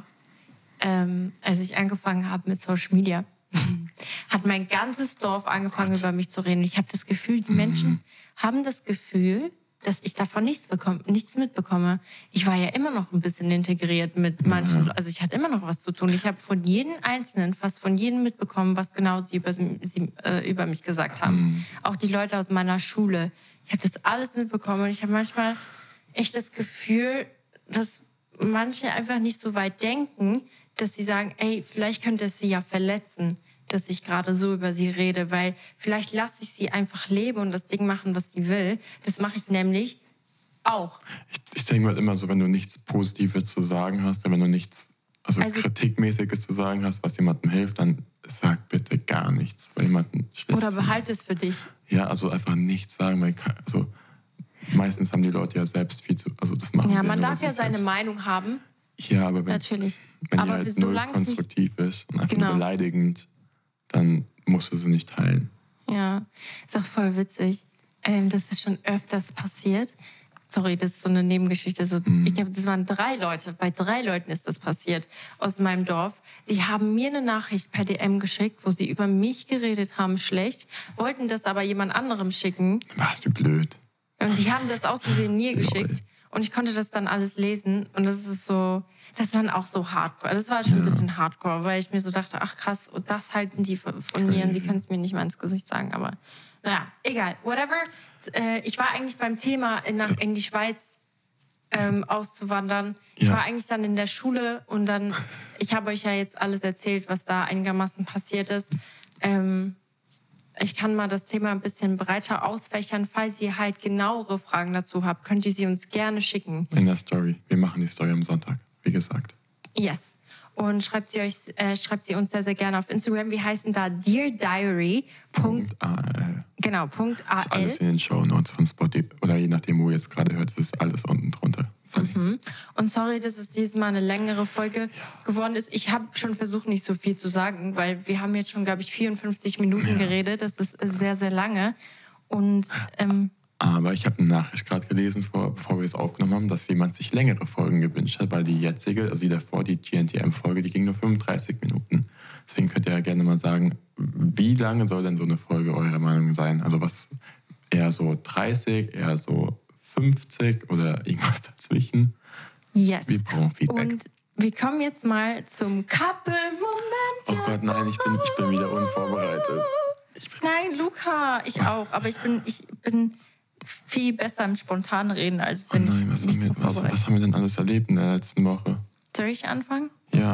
ähm, als ich angefangen habe mit Social Media, hat mein ganzes Dorf angefangen, Gott. über mich zu reden. Ich habe das Gefühl, die mhm. Menschen haben das Gefühl, dass ich davon nichts, bekomme, nichts mitbekomme. Ich war ja immer noch ein bisschen integriert mit manchen, ja. also ich hatte immer noch was zu tun. Ich habe von jedem Einzelnen, fast von jedem mitbekommen, was genau sie über, sie, äh, über mich gesagt haben. Mhm. Auch die Leute aus meiner Schule. Ich habe das alles mitbekommen und ich habe manchmal echt das Gefühl, dass manche einfach nicht so weit denken, dass sie sagen, ey, vielleicht könnte es sie ja verletzen, dass ich gerade so über sie rede, weil vielleicht lasse ich sie einfach leben und das Ding machen, was sie will. Das mache ich nämlich auch. Ich, ich denke mal immer so, wenn du nichts Positives zu sagen hast, wenn du nichts also, also Kritikmäßiges zu sagen hast, was jemandem hilft, dann sag bitte gar nichts, weil jemanden schlecht oder behalte es für dich. Ja, also einfach nichts sagen, weil also meistens haben die Leute ja selbst viel zu, also das machen ja, sie man ja nur, darf ja seine selbst. Meinung haben. Ja, aber wenn, Natürlich. wenn aber die halt null konstruktiv nicht, ist und einfach genau. nur beleidigend, dann musst du sie nicht teilen. Ja, ist auch voll witzig. Ähm, das ist schon öfters passiert. Sorry, das ist so eine Nebengeschichte. Also, mm. Ich glaube, das waren drei Leute. Bei drei Leuten ist das passiert aus meinem Dorf. Die haben mir eine Nachricht per D M geschickt, wo sie über mich geredet haben, schlecht, wollten das aber jemand anderem schicken. Was, wie blöd. Und die haben das aus Versehen mir geschickt. Und ich konnte das dann alles lesen. Und das ist so, das waren auch so Hardcore. Das war schon ja. ein bisschen Hardcore, weil ich mir so dachte, ach krass, und das halten die von mir und die können es mir nicht mal ins Gesicht sagen. Aber naja, egal, whatever. Ich war eigentlich beim Thema, in, in die Schweiz ähm, auszuwandern. Ich ja. war eigentlich dann in der Schule und dann, ich habe euch ja jetzt alles erzählt, was da einigermaßen passiert ist. Ähm, Ich kann mal das Thema ein bisschen breiter ausfächern. Falls ihr halt genauere Fragen dazu habt, könnt ihr sie uns gerne schicken. In der Story. Wir machen die Story am Sonntag, wie gesagt. Yes. Und schreibt sie, euch, äh, schreibt sie uns sehr, sehr gerne auf Instagram. Wir heißen da Dear Diary. Punkt A L. Genau, Punkt A L. Das ist alles in den Shownotes von Spotify. Oder je nachdem, wo ihr jetzt gerade hört, ist alles unten drunter verlinkt. Mhm. Und sorry, dass es dieses Mal eine längere Folge ja. geworden ist. Ich habe schon versucht, nicht so viel zu sagen, weil wir haben jetzt schon, glaube ich, vierundfünfzig Minuten ja. geredet. Das ist sehr, sehr lange. Und ähm, aber ich habe eine Nachricht gerade gelesen, vor, bevor wir es aufgenommen haben, dass jemand sich längere Folgen gewünscht hat, weil die jetzige, also die davor, die G N T M-Folge, die ging nur fünfunddreißig Minuten. Deswegen könnt ihr ja gerne mal sagen, wie lange soll denn so eine Folge eurer Meinung sein? Also was eher so dreißig, eher so fünfzig oder irgendwas dazwischen? Yes. Wir brauchen Feedback. Und wir kommen jetzt mal zum Couple-Moment. Oh Gott, nein, ich bin, ich bin wieder unvorbereitet. Ich bin nein, Luca, ich auch. Aber ich bin, ich bin viel besser im spontanen Reden, als wenn oh nein, ich was nicht haben wir, was, was haben wir denn alles erlebt in der letzten Woche? Soll ich anfangen? Ja.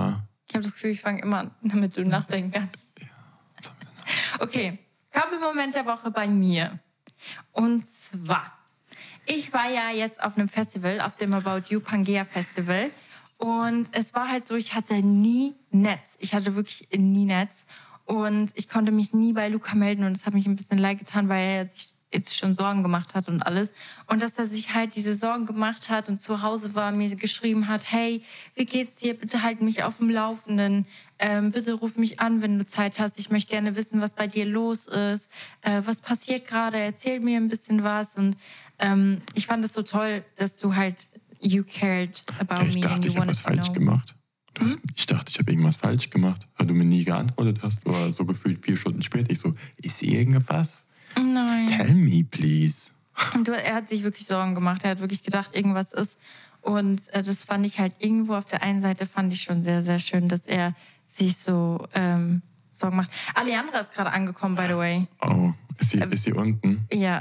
Ich habe das Gefühl, ich fange immer an, damit du nachdenken kannst. Ja, was haben wir denn noch? Okay, Couple-Moment der Woche bei mir. Und zwar, ich war ja jetzt auf einem Festival, auf dem About You Pangea Festival. Und es war halt so, ich hatte nie Netz. Ich hatte wirklich nie Netz. Und ich konnte mich nie bei Luca melden. Und das hat mich ein bisschen leid getan, weil er sich jetzt schon Sorgen gemacht hat und alles. Und dass er sich halt diese Sorgen gemacht hat und zu Hause war, mir geschrieben hat, hey, wie geht's dir? Bitte halt mich auf dem Laufenden. Ähm, bitte ruf mich an, wenn du Zeit hast. Ich möchte gerne wissen, was bei dir los ist. Äh, was passiert gerade? Erzähl mir ein bisschen was. Und ähm, ich fand es so toll, dass du halt you cared about Ja, ich me dachte, and you ich habe wanted was to falsch know. gemacht. Du hast, Hm? Ich dachte, ich habe irgendwas falsch gemacht, weil du mir nie geantwortet hast. Oder so gefühlt vier Stunden später. Ich so, ist irgendwas? Nein. Tell me, please. Und du, er hat sich wirklich Sorgen gemacht. Er hat wirklich gedacht, irgendwas ist. Und äh, das fand ich halt irgendwo auf der einen Seite fand ich schon sehr, sehr schön, dass er sich so ähm, Sorgen macht. Alejandra ist gerade angekommen, by the way. Oh, ist sie, ist sie unten? Ja.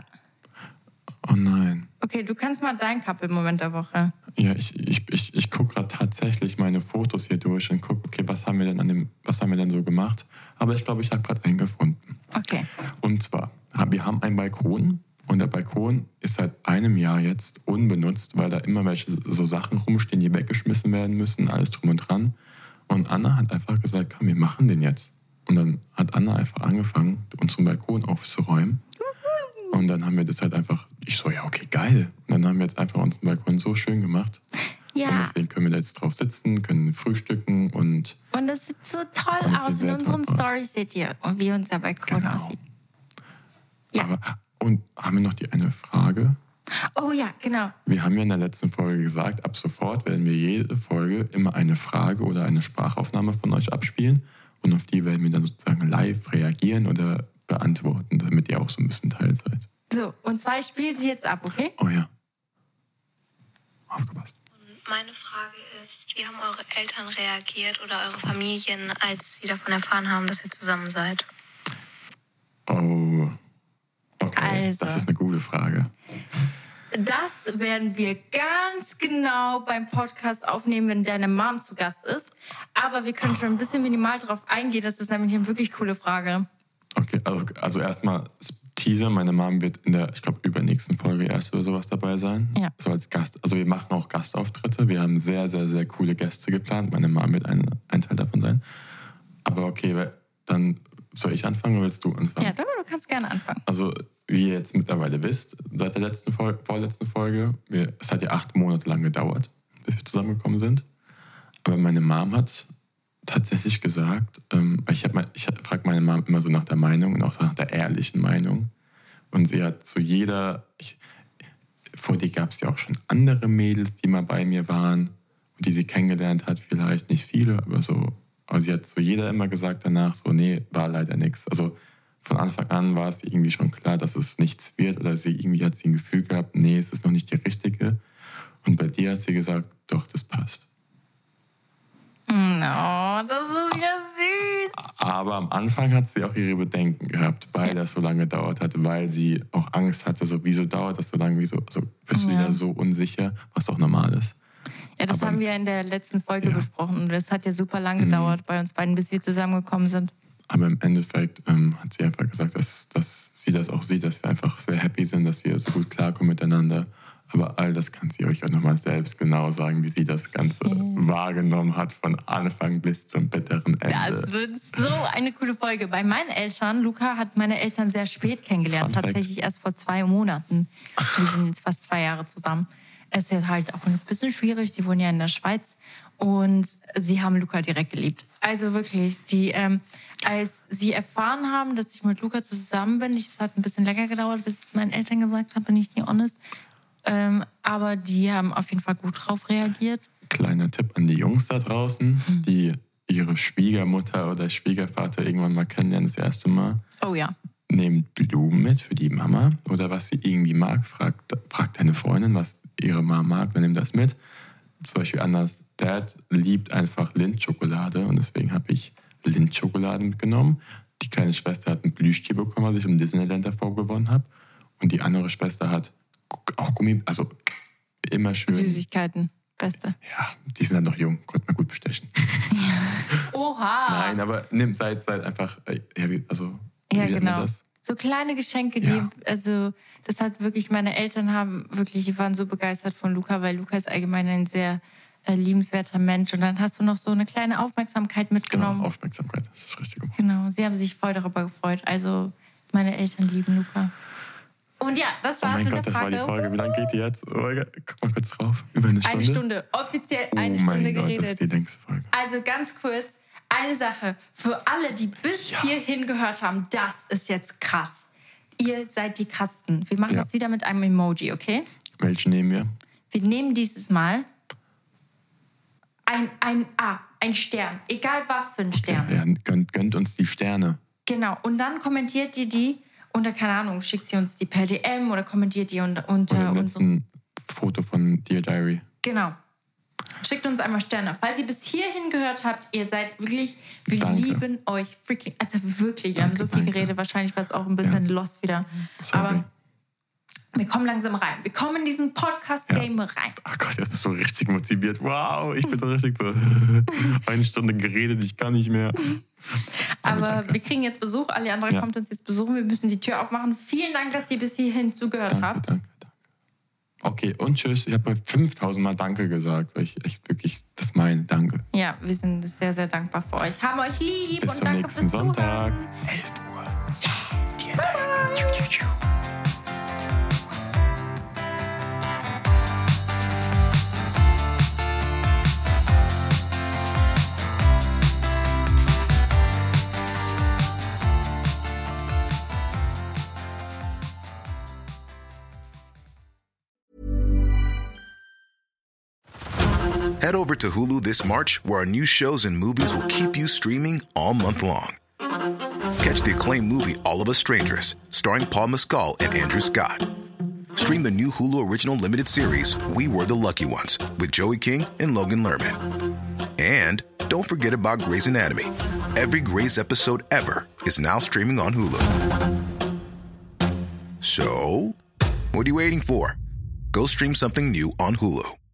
Oh nein. Okay, du kannst mal dein Couple-Moment der Woche. Ja, ich, ich, ich, ich gucke gerade tatsächlich meine Fotos hier durch und gucke, okay, was haben wir denn an dem, was haben wir denn so gemacht? Aber ich glaube, ich habe gerade einen gefunden. Okay. Und zwar, wir haben einen Balkon und der Balkon ist seit einem Jahr jetzt unbenutzt, weil da immer welche so Sachen rumstehen, die weggeschmissen werden müssen, alles drum und dran. Und Anna hat einfach gesagt, komm, wir machen den jetzt. Und dann hat Anna einfach angefangen, unseren Balkon aufzuräumen. Und dann haben wir das halt einfach, ich so, ja, okay, geil. Und dann haben wir jetzt einfach unseren Balkon so schön gemacht. Ja. Und deswegen können wir da jetzt drauf sitzen, können frühstücken und... Und es sieht so toll Und es aus. sieht In sehr unseren toll aus. Storys seht ihr, wie unser Balkon Genau. aussieht. Ja. Aber, und haben wir noch die eine Frage? Oh ja, genau. Wir haben ja in der letzten Folge gesagt, ab sofort werden wir jede Folge immer eine Frage oder eine Sprachaufnahme von euch abspielen. Und auf die werden wir dann sozusagen live reagieren oder beantworten, damit ihr auch so ein bisschen Teil seid. So, und zwar, ich spiele sie jetzt ab, okay? Oh ja. Aufgepasst. Meine Frage ist, wie haben eure Eltern reagiert oder eure Familien, als sie davon erfahren haben, dass ihr zusammen seid? Oh. Okay, Also. das ist eine gute Frage. Das werden wir ganz genau beim Podcast aufnehmen, wenn deine Mom zu Gast ist. Aber wir können schon ein bisschen minimal drauf eingehen. Das ist nämlich eine wirklich coole Frage. Okay, also, also erstmal Teaser. Meine Mom wird in der, ich glaube, übernächsten Folge erst oder sowas dabei sein. Ja. So als Gast. Also wir machen auch Gastauftritte. Wir haben sehr, sehr, sehr coole Gäste geplant. Meine Mom wird ein, ein Teil davon sein. Aber okay, dann soll ich anfangen oder willst du anfangen? Ja, du kannst gerne anfangen. Also wie ihr jetzt mittlerweile wisst, seit der letzten Folge, vorletzten Folge, wir, es hat ja acht Monate lang gedauert, bis wir zusammengekommen sind. Aber meine Mom hat tatsächlich gesagt, ähm, ich, ich frage meine Mom immer so nach der Meinung und auch nach der ehrlichen Meinung. Und sie hat zu jeder, ich, vor dir gab es ja auch schon andere Mädels, die mal bei mir waren und die sie kennengelernt hat, vielleicht nicht viele, aber so. Aber sie hat zu jeder immer gesagt danach so, nee, war leider nichts. Also von Anfang an war es irgendwie schon klar, dass es nichts wird oder sie irgendwie hat sie ein Gefühl gehabt, nee, es ist noch nicht die richtige. Und bei dir hat sie gesagt, doch, das passt. No, das ist ja süß. Aber am Anfang hat sie auch ihre Bedenken gehabt, weil Ja. das so lange gedauert hat, weil sie auch Angst hatte, so wieso dauert das so lange, wieso also bist du Ja. wieder so unsicher, was auch normal ist. Ja, das Aber- haben wir in der letzten Folge Ja. besprochen. Und das hat ja super lang Mhm. gedauert bei uns beiden, bis wir zusammengekommen sind. Aber im Endeffekt ähm, hat sie einfach gesagt, dass, dass sie das auch sieht, dass wir einfach sehr happy sind, dass wir so gut klarkommen miteinander. Aber all das kann sie euch auch nochmal selbst genau sagen, wie sie das Ganze Mhm. wahrgenommen hat, von Anfang bis zum bitteren Ende. Das wird so eine coole Folge. Bei meinen Eltern, Luca hat meine Eltern sehr spät kennengelernt, Fun Fact. tatsächlich erst vor zwei Monaten. Wir sind jetzt fast zwei Jahre zusammen. Es ist ja halt auch ein bisschen schwierig, die wohnen ja in der Schweiz und sie haben Luca direkt geliebt. Also wirklich, die, ähm, als sie erfahren haben, dass ich mit Luca zusammen bin, es hat ein bisschen länger gedauert, bis ich es meinen Eltern gesagt habe, bin ich nie honest. Ähm, aber die haben auf jeden Fall gut drauf reagiert. Kleiner Tipp an die Jungs da draußen, die ihre Schwiegermutter oder Schwiegervater irgendwann mal kennenlernen, das erste Mal. Oh ja. Nehmt Blumen mit für die Mama oder was sie irgendwie mag. Fragt, fragt deine Freundin, was ihre Mama mag, dann nimm das mit. Zum Beispiel Annas Dad liebt einfach Lindt-Schokolade und deswegen habe ich Lindt-Schokolade mitgenommen. Die kleine Schwester hat ein Plüschtier bekommen, was ich im Disneyland davor gewonnen habe. Und die andere Schwester hat auch Gummi, also immer schön Süßigkeiten. Beste. Ja, die sind halt noch jung, konnte man gut bestechen. Oha! Nein, aber nimm, seid, seid einfach, ja, also, Ja, wie nennt genau. man das? So kleine Geschenke, die, Ja. also, das hat wirklich, meine Eltern haben wirklich, die waren so begeistert von Luca, weil Luca ist allgemein ein sehr äh, liebenswerter Mensch. Und dann hast du noch so eine kleine Aufmerksamkeit mitgenommen. Genau, Aufmerksamkeit, das ist richtig. Genau, sie haben sich voll darüber gefreut. Also, meine Eltern lieben Luca. Und ja, das Oh war's mein mit Gott, der das Frage. war die Folge. Wie lange geht die jetzt? Oh mein Gott, guck mal kurz drauf. Über eine Stunde? Eine Stunde, offiziell eine oh Stunde mein Gott, geredet. das ist die längste Folge. Also ganz kurz, eine Sache. Für alle, die bis Ja. hierhin gehört haben, das ist jetzt krass. Ihr seid die Krassten. Wir machen Ja. das wieder mit einem Emoji, okay? Welchen nehmen wir? Wir nehmen dieses Mal ein, ein, ah, ein Stern. Egal was für ein Stern. Ja, gönnt, gönnt uns die Sterne. Genau. Und dann kommentiert ihr die unter, keine Ahnung, schickt sie uns die per D M oder kommentiert die unter, unter Oder im unserem... letzten Foto von Dear Diary. Genau. Schickt uns einmal Sterne. Falls ihr bis hierhin gehört habt, ihr seid wirklich, wir Danke. lieben euch freaking, also wirklich, wir Danke, haben so viel danke. geredet, wahrscheinlich war es auch ein bisschen Ja. lost wieder. Sorry. Aber wir kommen langsam rein. Wir kommen in diesen Podcast-Game rein. Ach Gott, jetzt bist du richtig motiviert. Wow, ich bin so richtig so eine Stunde geredet, ich kann nicht mehr. Aber danke. wir kriegen jetzt Besuch, alle anderen Ja. kommt uns jetzt besuchen, wir müssen die Tür aufmachen. Vielen Dank, dass ihr bis hierhin zugehört Danke, habt. danke, danke. Okay, und tschüss. Ich habe fünftausend Mal Danke gesagt, weil ich echt wirklich das meine. Danke. Ja, wir sind sehr, sehr dankbar für euch. Haben euch lieb Bis und zum danke nächsten fürs Sonntag. Zuhören. elf Uhr. Dear Diary. Tschu, tschu, tschu. Head over to Hulu this March, where our new shows and movies will keep you streaming all month long. Catch the acclaimed movie All of Us Strangers, starring Paul Mescal and Andrew Scott. Stream the new Hulu original limited series We Were the Lucky Ones with Joey King and Logan Lerman. And don't forget about Grey's Anatomy. Every Grey's episode ever is now streaming on Hulu. So, what are you waiting for? Go stream something new on Hulu.